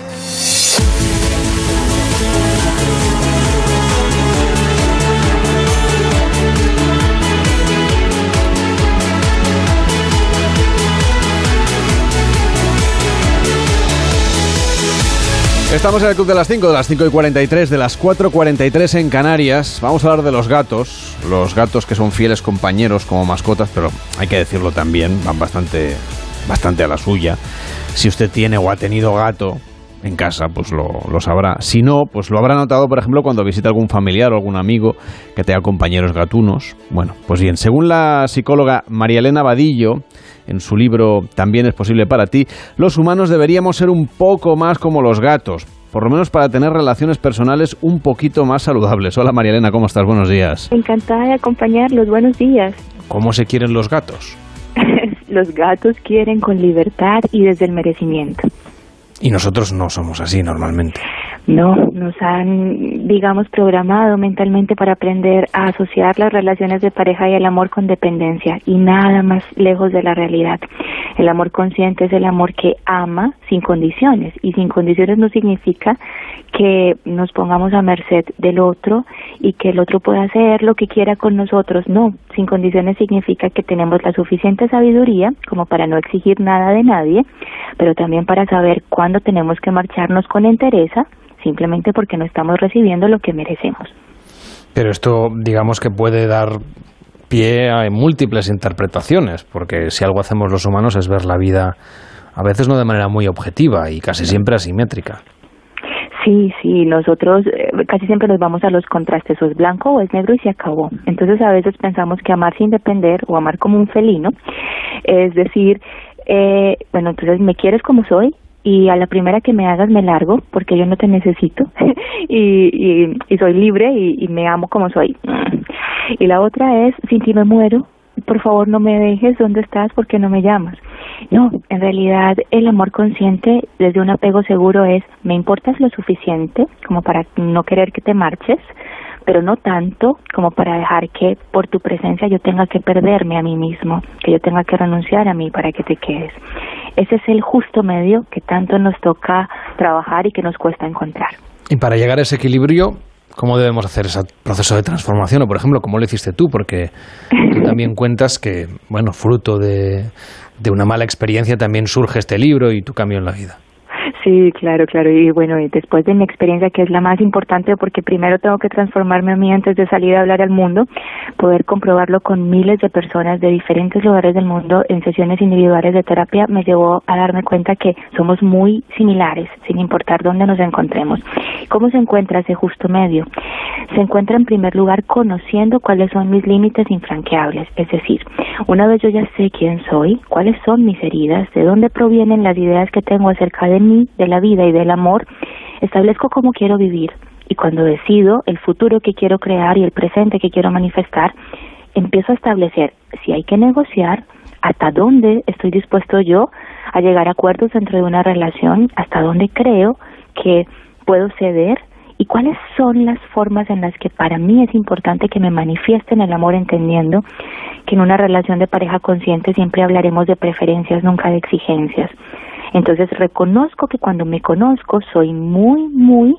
Estamos en el Club de las 5, de las 5:43, de las 4:43 en Canarias. Vamos a hablar de los gatos que son fieles compañeros como mascotas, pero hay que decirlo también, van bastante a la suya. Si usted tiene o ha tenido gato en casa, pues lo sabrá. Si no, pues lo habrá notado, por ejemplo, cuando visita algún familiar o algún amigo que tenga compañeros gatunos. Bueno, pues bien, según la psicóloga María Elena Vadillo, en su libro También es posible para ti, los humanos deberíamos ser un poco más como los gatos, por lo menos para tener relaciones personales un poquito más saludables. Hola María Elena, ¿cómo estás? Buenos días. Encantada de acompañarlos, buenos días. ¿Cómo se quieren los gatos? Los gatos quieren con libertad y desde el merecimiento. Y nosotros no somos así normalmente. No, nos han, digamos, programado mentalmente para aprender a asociar las relaciones de pareja y el amor con dependencia, y nada más lejos de la realidad. El amor consciente es el amor que ama sin condiciones, y sin condiciones no significa que nos pongamos a merced del otro y que el otro pueda hacer lo que quiera con nosotros. No, sin condiciones significa que tenemos la suficiente sabiduría como para no exigir nada de nadie, pero también para saber cuándo tenemos que marcharnos con entereza, simplemente porque no estamos recibiendo lo que merecemos. Pero esto, digamos que puede dar pie a múltiples interpretaciones, porque si algo hacemos los humanos es ver la vida a veces no de manera muy objetiva y casi siempre asimétrica. Sí, nosotros casi siempre nos vamos a los contrastes, o es blanco o es negro y se acabó. Entonces a veces pensamos que amar sin depender o amar como un felino, es decir, bueno, entonces me quieres como soy, y a la primera que me hagas me largo porque yo no te necesito y soy libre y me amo como soy. Y la otra es, sin ti me muero, por favor no me dejes, ¿dónde estás? ¿Por qué no me llamas? No, en realidad el amor consciente desde un apego seguro es, me importas lo suficiente como para no querer que te marches, pero no tanto como para dejar que por tu presencia yo tenga que perderme a mí mismo, que yo tenga que renunciar a mí para que te quedes. Ese es el justo medio que tanto nos toca trabajar y que nos cuesta encontrar. Y para llegar a ese equilibrio, ¿cómo debemos hacer ese proceso de transformación? O, por ejemplo, ¿cómo lo hiciste tú? Porque tú también cuentas que, bueno, fruto de una mala experiencia también surge este libro y tu cambio en la vida. Sí, claro. Y bueno, después de mi experiencia, que es la más importante, porque primero tengo que transformarme a mí antes de salir a hablar al mundo, poder comprobarlo con miles de personas de diferentes lugares del mundo en sesiones individuales de terapia, me llevó a darme cuenta que somos muy similares, sin importar dónde nos encontremos. ¿Cómo se encuentra ese justo medio? Se encuentra en primer lugar conociendo cuáles son mis límites infranqueables, es decir, una vez yo ya sé quién soy, cuáles son mis heridas, de dónde provienen las ideas que tengo acerca de mí, de la vida y del amor, establezco cómo quiero vivir, y cuando decido el futuro que quiero crear y el presente que quiero manifestar, empiezo a establecer si hay que negociar, hasta dónde estoy dispuesto yo a llegar a acuerdos dentro de una relación, hasta dónde creo que puedo ceder, y cuáles son las formas en las que para mí es importante que me manifiesten el amor, entendiendo que en una relación de pareja consciente siempre hablaremos de preferencias, nunca de exigencias. Entonces reconozco que cuando me conozco soy muy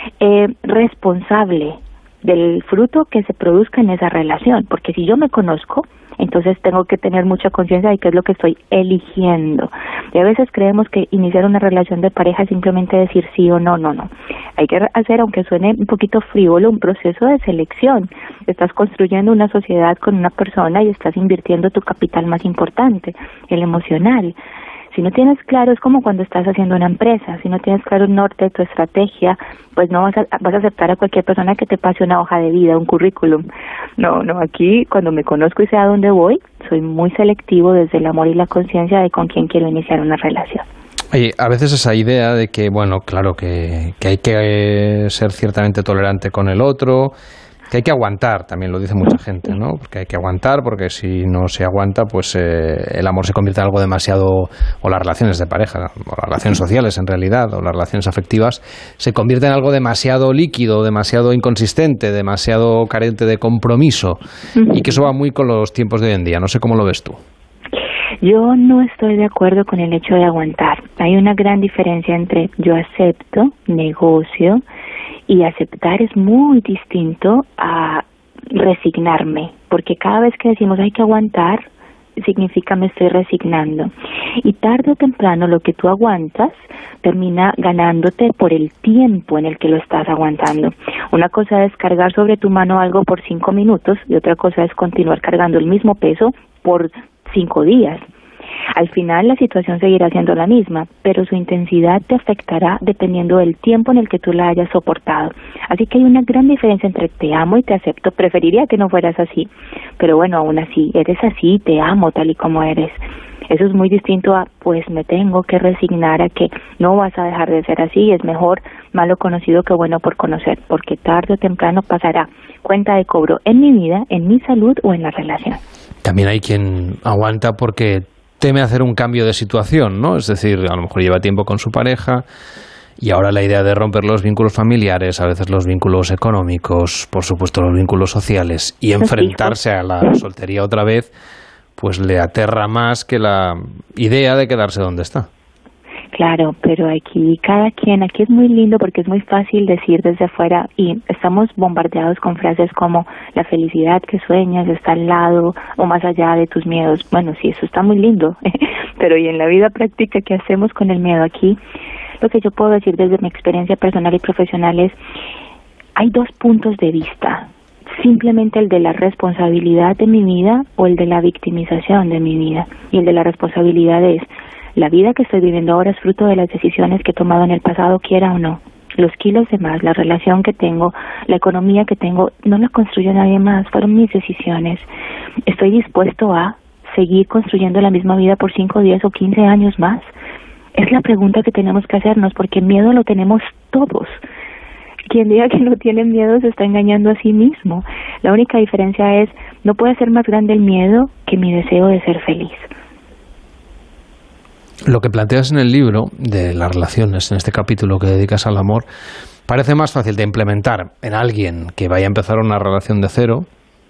responsable del fruto que se produzca en esa relación, porque si yo me conozco, entonces tengo que tener mucha conciencia de qué es lo que estoy eligiendo. Y a veces creemos que iniciar una relación de pareja es simplemente decir sí o no. Hay que hacer, aunque suene un poquito frívolo, un proceso de selección. Estás construyendo una sociedad con una persona y estás invirtiendo tu capital más importante, el emocional. Si no tienes claro, es como cuando estás haciendo una empresa, si no tienes claro el norte de tu estrategia, pues no vas a aceptar a cualquier persona que te pase una hoja de vida, un currículum. No, aquí cuando me conozco y sé a dónde voy, soy muy selectivo desde el amor y la conciencia de con quién quiero iniciar una relación. Oye, a veces esa idea de que, bueno, claro, que hay que ser ciertamente tolerante con el otro, que hay que aguantar, también lo dice mucha gente, ¿no? Porque hay que aguantar, porque si no se aguanta, pues el amor se convierte en algo demasiado, o las relaciones de pareja, o las relaciones sociales en realidad, o las relaciones afectivas, se convierte en algo demasiado líquido, demasiado inconsistente, demasiado carente de compromiso, y que eso va muy con los tiempos de hoy en día. No sé cómo lo ves tú. Yo no estoy de acuerdo con el hecho de aguantar. Hay una gran diferencia entre yo acepto, negocio, y aceptar es muy distinto a resignarme, porque cada vez que decimos hay que aguantar, significa me estoy resignando. Y tarde o temprano lo que tú aguantas termina ganándote por el tiempo en el que lo estás aguantando. Una cosa es cargar sobre tu mano algo por 5 minutos y otra cosa es continuar cargando el mismo peso por 5 días. Al final la situación seguirá siendo la misma, pero su intensidad te afectará dependiendo del tiempo en el que tú la hayas soportado. Así que hay una gran diferencia entre te amo y te acepto. Preferiría que no fueras así, pero bueno, aún así, eres así, te amo tal y como eres. Eso es muy distinto a, pues me tengo que resignar a que no vas a dejar de ser así. Es mejor malo conocido que bueno por conocer, porque tarde o temprano pasará cuenta de cobro en mi vida, en mi salud o en la relación. También hay quien aguanta porque teme hacer un cambio de situación, ¿no? Es decir, a lo mejor lleva tiempo con su pareja y ahora la idea de romper los vínculos familiares, a veces los vínculos económicos, por supuesto los vínculos sociales, y enfrentarse a la soltería otra vez, pues le aterra más que la idea de quedarse donde está. Claro, pero aquí es muy lindo porque es muy fácil decir desde afuera y estamos bombardeados con frases como la felicidad que sueñas está al lado o más allá de tus miedos. Bueno, sí, eso está muy lindo, pero ¿y en la vida práctica qué hacemos con el miedo aquí? Lo que yo puedo decir desde mi experiencia personal y profesional es, hay dos puntos de vista, simplemente el de la responsabilidad de mi vida o el de la victimización de mi vida. Y el de la responsabilidad es, la vida que estoy viviendo ahora es fruto de las decisiones que he tomado en el pasado, quiera o no. Los kilos de más, la relación que tengo, la economía que tengo, no la construyó nadie más, fueron mis decisiones. ¿Estoy dispuesto a seguir construyendo la misma vida por 5, 10 o 15 años más? Es la pregunta que tenemos que hacernos, porque miedo lo tenemos todos. Quien diga que no tiene miedo se está engañando a sí mismo. La única diferencia es, no puede ser más grande el miedo que mi deseo de ser feliz. Lo que planteas en el libro de las relaciones, en este capítulo que dedicas al amor, parece más fácil de implementar en alguien que vaya a empezar una relación de cero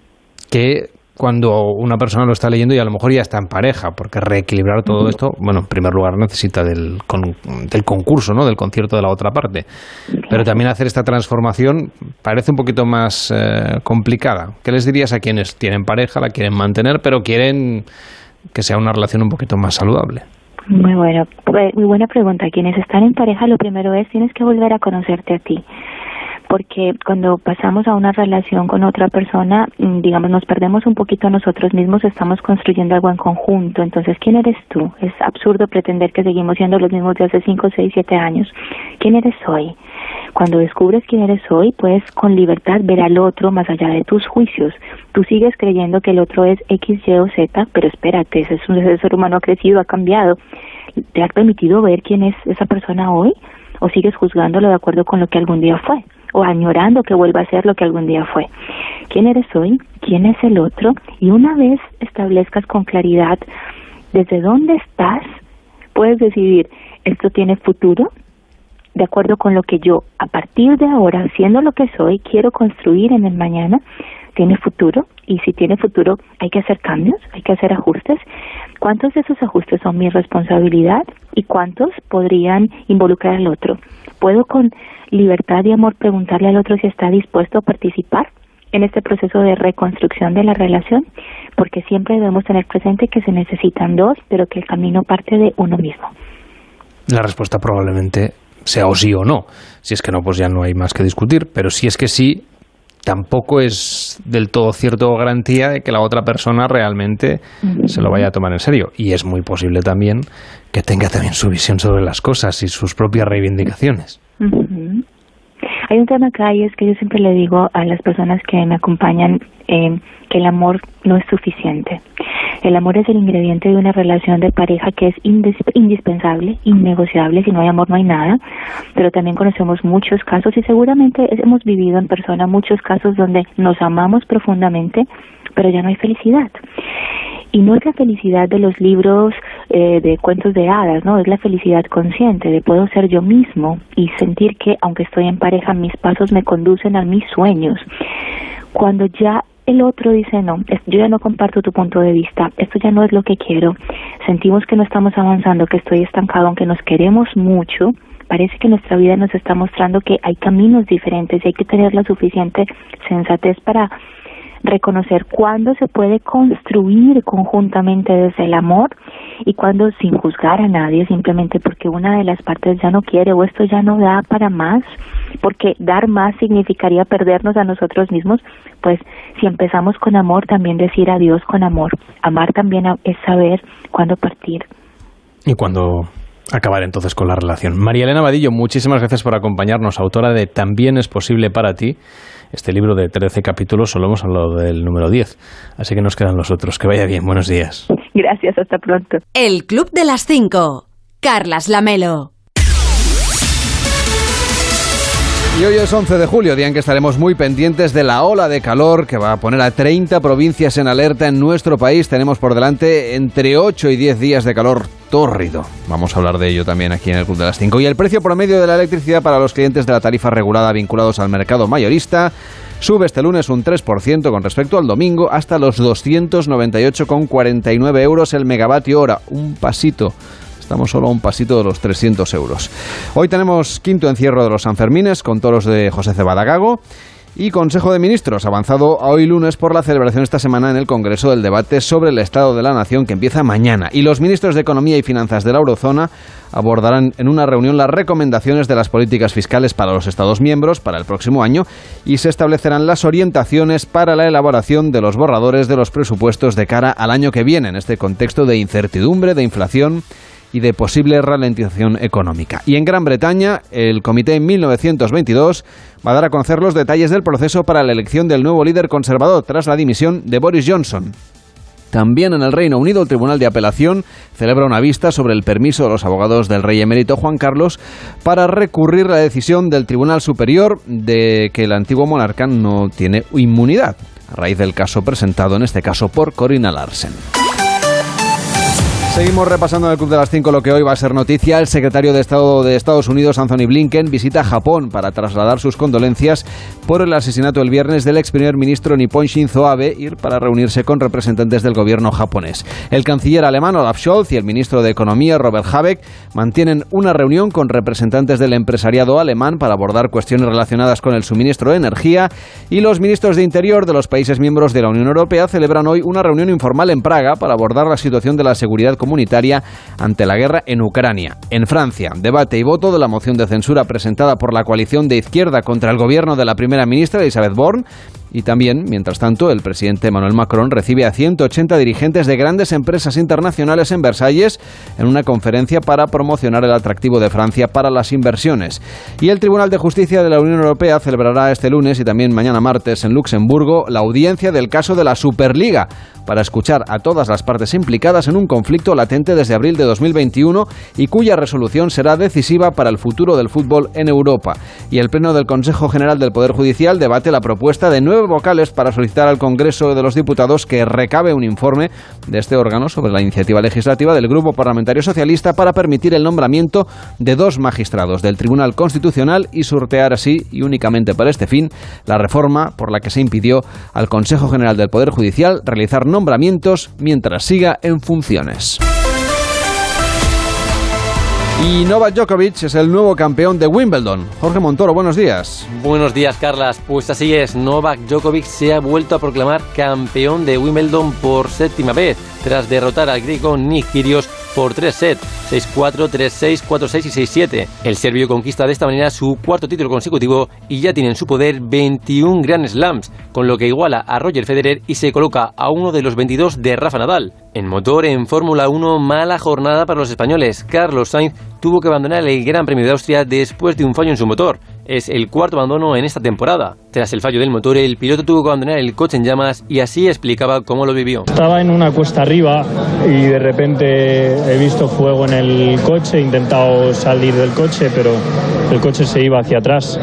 que cuando una persona lo está leyendo y a lo mejor ya está en pareja, porque reequilibrar todo esto, bueno, en primer lugar necesita del concurso, ¿no? Del concierto de la otra parte. Pero también hacer esta transformación parece un poquito más complicada. ¿Qué les dirías a quienes tienen pareja, la quieren mantener, pero quieren que sea una relación un poquito más saludable? Muy buena pregunta. Quienes están en pareja, lo primero es, tienes que volver a conocerte a ti. Porque cuando pasamos a una relación con otra persona, digamos, nos perdemos un poquito a nosotros mismos, estamos construyendo algo en conjunto. Entonces, ¿quién eres tú? Es absurdo pretender que seguimos siendo los mismos de hace 5, 6, 7 años. ¿Quién eres hoy? Cuando descubres quién eres hoy, puedes con libertad ver al otro más allá de tus juicios. Tú sigues creyendo que el otro es X, Y o Z, pero espérate, ese ser humano ha crecido, ha cambiado. ¿Te has permitido ver quién es esa persona hoy? ¿O sigues juzgándolo de acuerdo con lo que algún día fue? ¿O añorando que vuelva a ser lo que algún día fue? ¿Quién eres hoy? ¿Quién es el otro? Y una vez establezcas con claridad desde dónde estás, puedes decidir, ¿esto tiene futuro? De acuerdo con lo que yo, a partir de ahora, siendo lo que soy, quiero construir en el mañana, ¿tiene futuro? Y si tiene futuro, hay que hacer cambios, hay que hacer ajustes. ¿Cuántos de esos ajustes son mi responsabilidad y cuántos podrían involucrar al otro? ¿Puedo con libertad y amor preguntarle al otro si está dispuesto a participar en este proceso de reconstrucción de la relación? Porque siempre debemos tener presente que se necesitan dos, pero que el camino parte de uno mismo. La respuesta probablemente sea o sí o no. Si es que no, pues ya no hay más que discutir. Pero si es que sí, tampoco es del todo cierto o garantía de que la otra persona realmente se lo vaya a tomar en serio. Y es muy posible también que tenga también su visión sobre las cosas y sus propias reivindicaciones. Hay un tema acá y es que yo siempre le digo a las personas que me acompañan que el amor no es suficiente. El amor es el ingrediente de una relación de pareja que es indispensable, innegociable. Si no hay amor no hay nada, pero también conocemos muchos casos y seguramente hemos vivido en persona muchos casos donde nos amamos profundamente, pero ya no hay felicidad. Y no es la felicidad de los libros de cuentos de hadas, ¿no? Es la felicidad consciente de puedo ser yo mismo y sentir que aunque estoy en pareja, mis pasos me conducen a mis sueños. Cuando ya el otro dice, no, yo ya no comparto tu punto de vista, esto ya no es lo que quiero, sentimos que no estamos avanzando, que estoy estancado, aunque nos queremos mucho, parece que nuestra vida nos está mostrando que hay caminos diferentes y hay que tener la suficiente sensatez para reconocer cuándo se puede construir conjuntamente desde el amor y cuándo sin juzgar a nadie, simplemente porque una de las partes ya no quiere o esto ya no da para más, porque dar más significaría perdernos a nosotros mismos. Pues si empezamos con amor, también decir adiós con amor. Amar también es saber cuándo partir. Y cuándo acabar entonces con la relación. María Elena Vadillo, muchísimas gracias por acompañarnos, autora de También es posible para ti. Este libro de 13 capítulos, solo hemos hablado del número 10, así que nos quedan los otros. Que vaya bien, buenos días. Gracias, hasta pronto. El Club de las 5. Carlas Lamelo. Y hoy es 11 de julio, día en que estaremos muy pendientes de la ola de calor que va a poner a 30 provincias en alerta en nuestro país. Tenemos por delante entre 8 y 10 días de calor tórrido. Vamos a hablar de ello también aquí en el Club de las 5. Y el precio promedio de la electricidad para los clientes de la tarifa regulada vinculados al mercado mayorista sube este lunes un 3% con respecto al domingo hasta los 298,49 euros el megavatio hora. Un pasito. Estamos solo a un pasito de los 300 euros. Hoy tenemos quinto encierro de los Sanfermines con toros de José Cebada Gago y Consejo de Ministros avanzado a hoy lunes por la celebración esta semana en el Congreso del debate sobre el Estado de la Nación que empieza mañana. Y los ministros de Economía y Finanzas de la Eurozona abordarán en una reunión las recomendaciones de las políticas fiscales para los Estados miembros para el próximo año y se establecerán las orientaciones para la elaboración de los borradores de los presupuestos de cara al año que viene en este contexto de incertidumbre, de inflación y de posible ralentización económica. Y en Gran Bretaña, el Comité 1922 va a dar a conocer los detalles del proceso para la elección del nuevo líder conservador tras la dimisión de Boris Johnson. También en el Reino Unido, el Tribunal de Apelación celebra una vista sobre el permiso de los abogados del rey emérito Juan Carlos para recurrir la decisión del Tribunal Superior de que el antiguo monarca no tiene inmunidad, a raíz del caso presentado, en este caso, por Corina Larsen. Seguimos repasando en el Club de las 5 lo que hoy va a ser noticia. El secretario de Estado de Estados Unidos, Anthony Blinken, visita Japón para trasladar sus condolencias por el asesinato el viernes del ex primer ministro nipón Shinzo Abe y para reunirse con representantes del gobierno japonés. El canciller alemán Olaf Scholz y el ministro de Economía Robert Habeck mantienen una reunión con representantes del empresariado alemán para abordar cuestiones relacionadas con el suministro de energía, y los ministros de Interior de los países miembros de la Unión Europea celebran hoy una reunión informal en Praga para abordar la situación de la seguridad comunitaria ante la guerra en Ucrania. En Francia, debate y voto de la moción de censura presentada por la coalición de izquierda contra el gobierno de la primera ministra Elisabeth Borne. Y también, mientras tanto, el presidente Emmanuel Macron recibe a 180 dirigentes de grandes empresas internacionales en Versalles en una conferencia para promocionar el atractivo de Francia para las inversiones. Y el Tribunal de Justicia de la Unión Europea celebrará este lunes y también mañana martes en Luxemburgo la audiencia del caso de la Superliga para escuchar a todas las partes implicadas en un conflicto latente desde abril de 2021 y cuya resolución será decisiva para el futuro del fútbol en Europa. Y el Pleno del Consejo General del Poder Judicial debate la propuesta de 9 vocales para solicitar al Congreso de los Diputados que recabe un informe de este órgano sobre la iniciativa legislativa del Grupo Parlamentario Socialista para permitir el nombramiento de 2 magistrados del Tribunal Constitucional y sortear así, y únicamente para este fin, la reforma por la que se impidió al Consejo General del Poder Judicial realizar nombramientos mientras siga en funciones. Y Novak Djokovic es el nuevo campeón de Wimbledon. Jorge Montoro, buenos días. Buenos días, Carlas. Pues así es, Novak Djokovic se ha vuelto a proclamar campeón de Wimbledon por 7ª vez, tras derrotar al griego Nick Kyrgios por 3 sets, 6-4, 3-6, 4-6 y 6-7. El serbio conquista de esta manera su 4º título consecutivo y ya tiene en su poder 21 Grand Slams, con lo que iguala a Roger Federer y se coloca a uno de los 22 de Rafa Nadal. En motor, en Fórmula 1, mala jornada para los españoles. Carlos Sainz tuvo que abandonar el Gran Premio de Austria después de un fallo en su motor. Es el 4º abandono en esta temporada. Tras el fallo del motor, el piloto tuvo que abandonar el coche en llamas y así explicaba cómo lo vivió. Estaba en una cuesta arriba y de repente he visto fuego en el coche, he intentado salir del coche, pero el coche se iba hacia atrás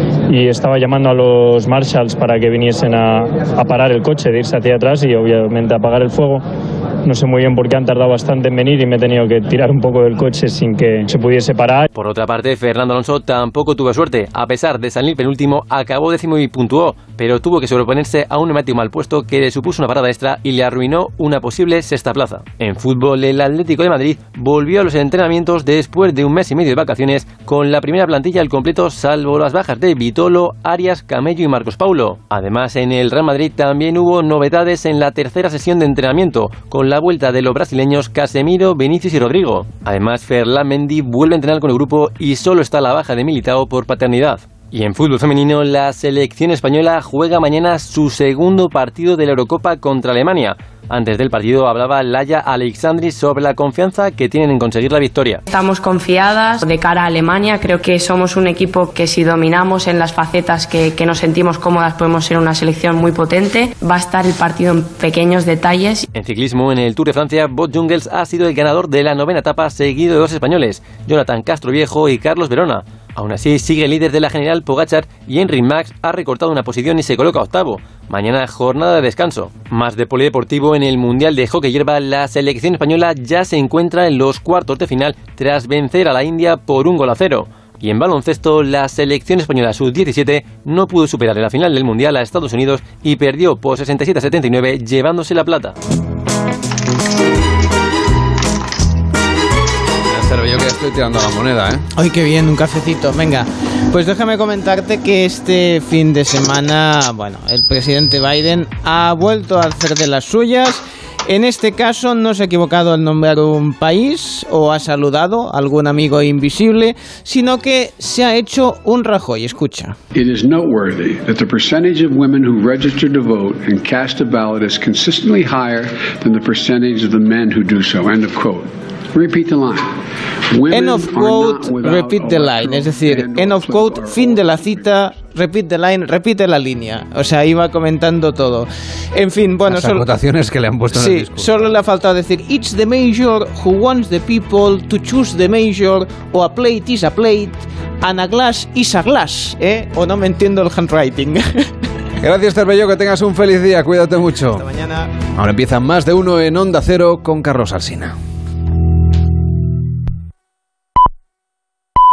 y estaba llamando a los marshals para que viniesen a parar el coche, de irse hacia atrás y obviamente apagar el fuego. No sé muy bien por qué han tardado bastante en venir y me he tenido que tirar un poco del coche sin que se pudiese parar. Por otra parte, Fernando Alonso tampoco tuvo suerte. A pesar de salir penúltimo, acabó 10º y puntuó, pero tuvo que sobreponerse a un neumático mal puesto que le supuso una parada extra y le arruinó una posible 6ª plaza. En fútbol, el Atlético de Madrid volvió a los entrenamientos después de un mes y medio de vacaciones con la primera plantilla al completo, salvo las bajas de Vitolo, Arias, Camello y Marcos Paulo. Además, en el Real Madrid también hubo novedades en la tercera sesión de entrenamiento, con la vuelta de los brasileños Casemiro, Vinicius y Rodrigo. Además, Ferland Mendy vuelve a entrenar con el grupo y solo está la baja de Militao por paternidad. Y en fútbol femenino, la selección española juega mañana su 2º partido de la Eurocopa contra Alemania. Antes del partido hablaba Laia Aleixandri sobre la confianza que tienen en conseguir la victoria. Estamos confiadas de cara a Alemania. Creo que somos un equipo que, si dominamos en las facetas que nos sentimos cómodas, podemos ser una selección muy potente. Va a estar el partido en pequeños detalles. En ciclismo, en el Tour de Francia, Bot Jungels ha sido el ganador de la 9ª etapa, seguido de 2 españoles, Jonathan Castroviejo y Carlos Verona. Aún así, sigue líder de la general Pogačar y Enric Mas ha recortado una posición y se coloca octavo. Mañana jornada de descanso. Más de polideportivo en el Mundial de Hockey Hierba, la selección española ya se encuentra en los cuartos de final tras vencer a la India por 1-0. Y en baloncesto, la selección española sub-17 no pudo superar en la final del Mundial a Estados Unidos y perdió por 67-79, llevándose la plata. Yo que estoy tirando la moneda, ¿eh? Ay, qué bien, un cafecito. Venga, pues déjame comentarte que este fin de semana, bueno, el presidente Biden ha vuelto a hacer de las suyas. En este caso no se ha equivocado al nombrar un país o ha saludado a algún amigo invisible, sino que se ha hecho un Rajoy. Escucha. It is noteworthy that the percentage of women who register to vote and cast a ballot is consistently higher than the percentage of the men who do so. End of quote. Repeat the line. End of quote, repeat the line. Es decir, end of quote, fin de la cita, repeat the line, repite la línea. O sea, iba comentando todo. En fin, bueno... Las acotaciones que le han puesto en el discurso. Solo le ha faltado decir, it's the major who wants the people to choose the major, o a plate is a plate, and a glass is a glass. O no me entiendo el handwriting. Gracias, Cervello, que tengas un feliz día. Cuídate mucho. Hasta mañana. Ahora empieza Más de Uno en Onda Cero con Carlos Alsina.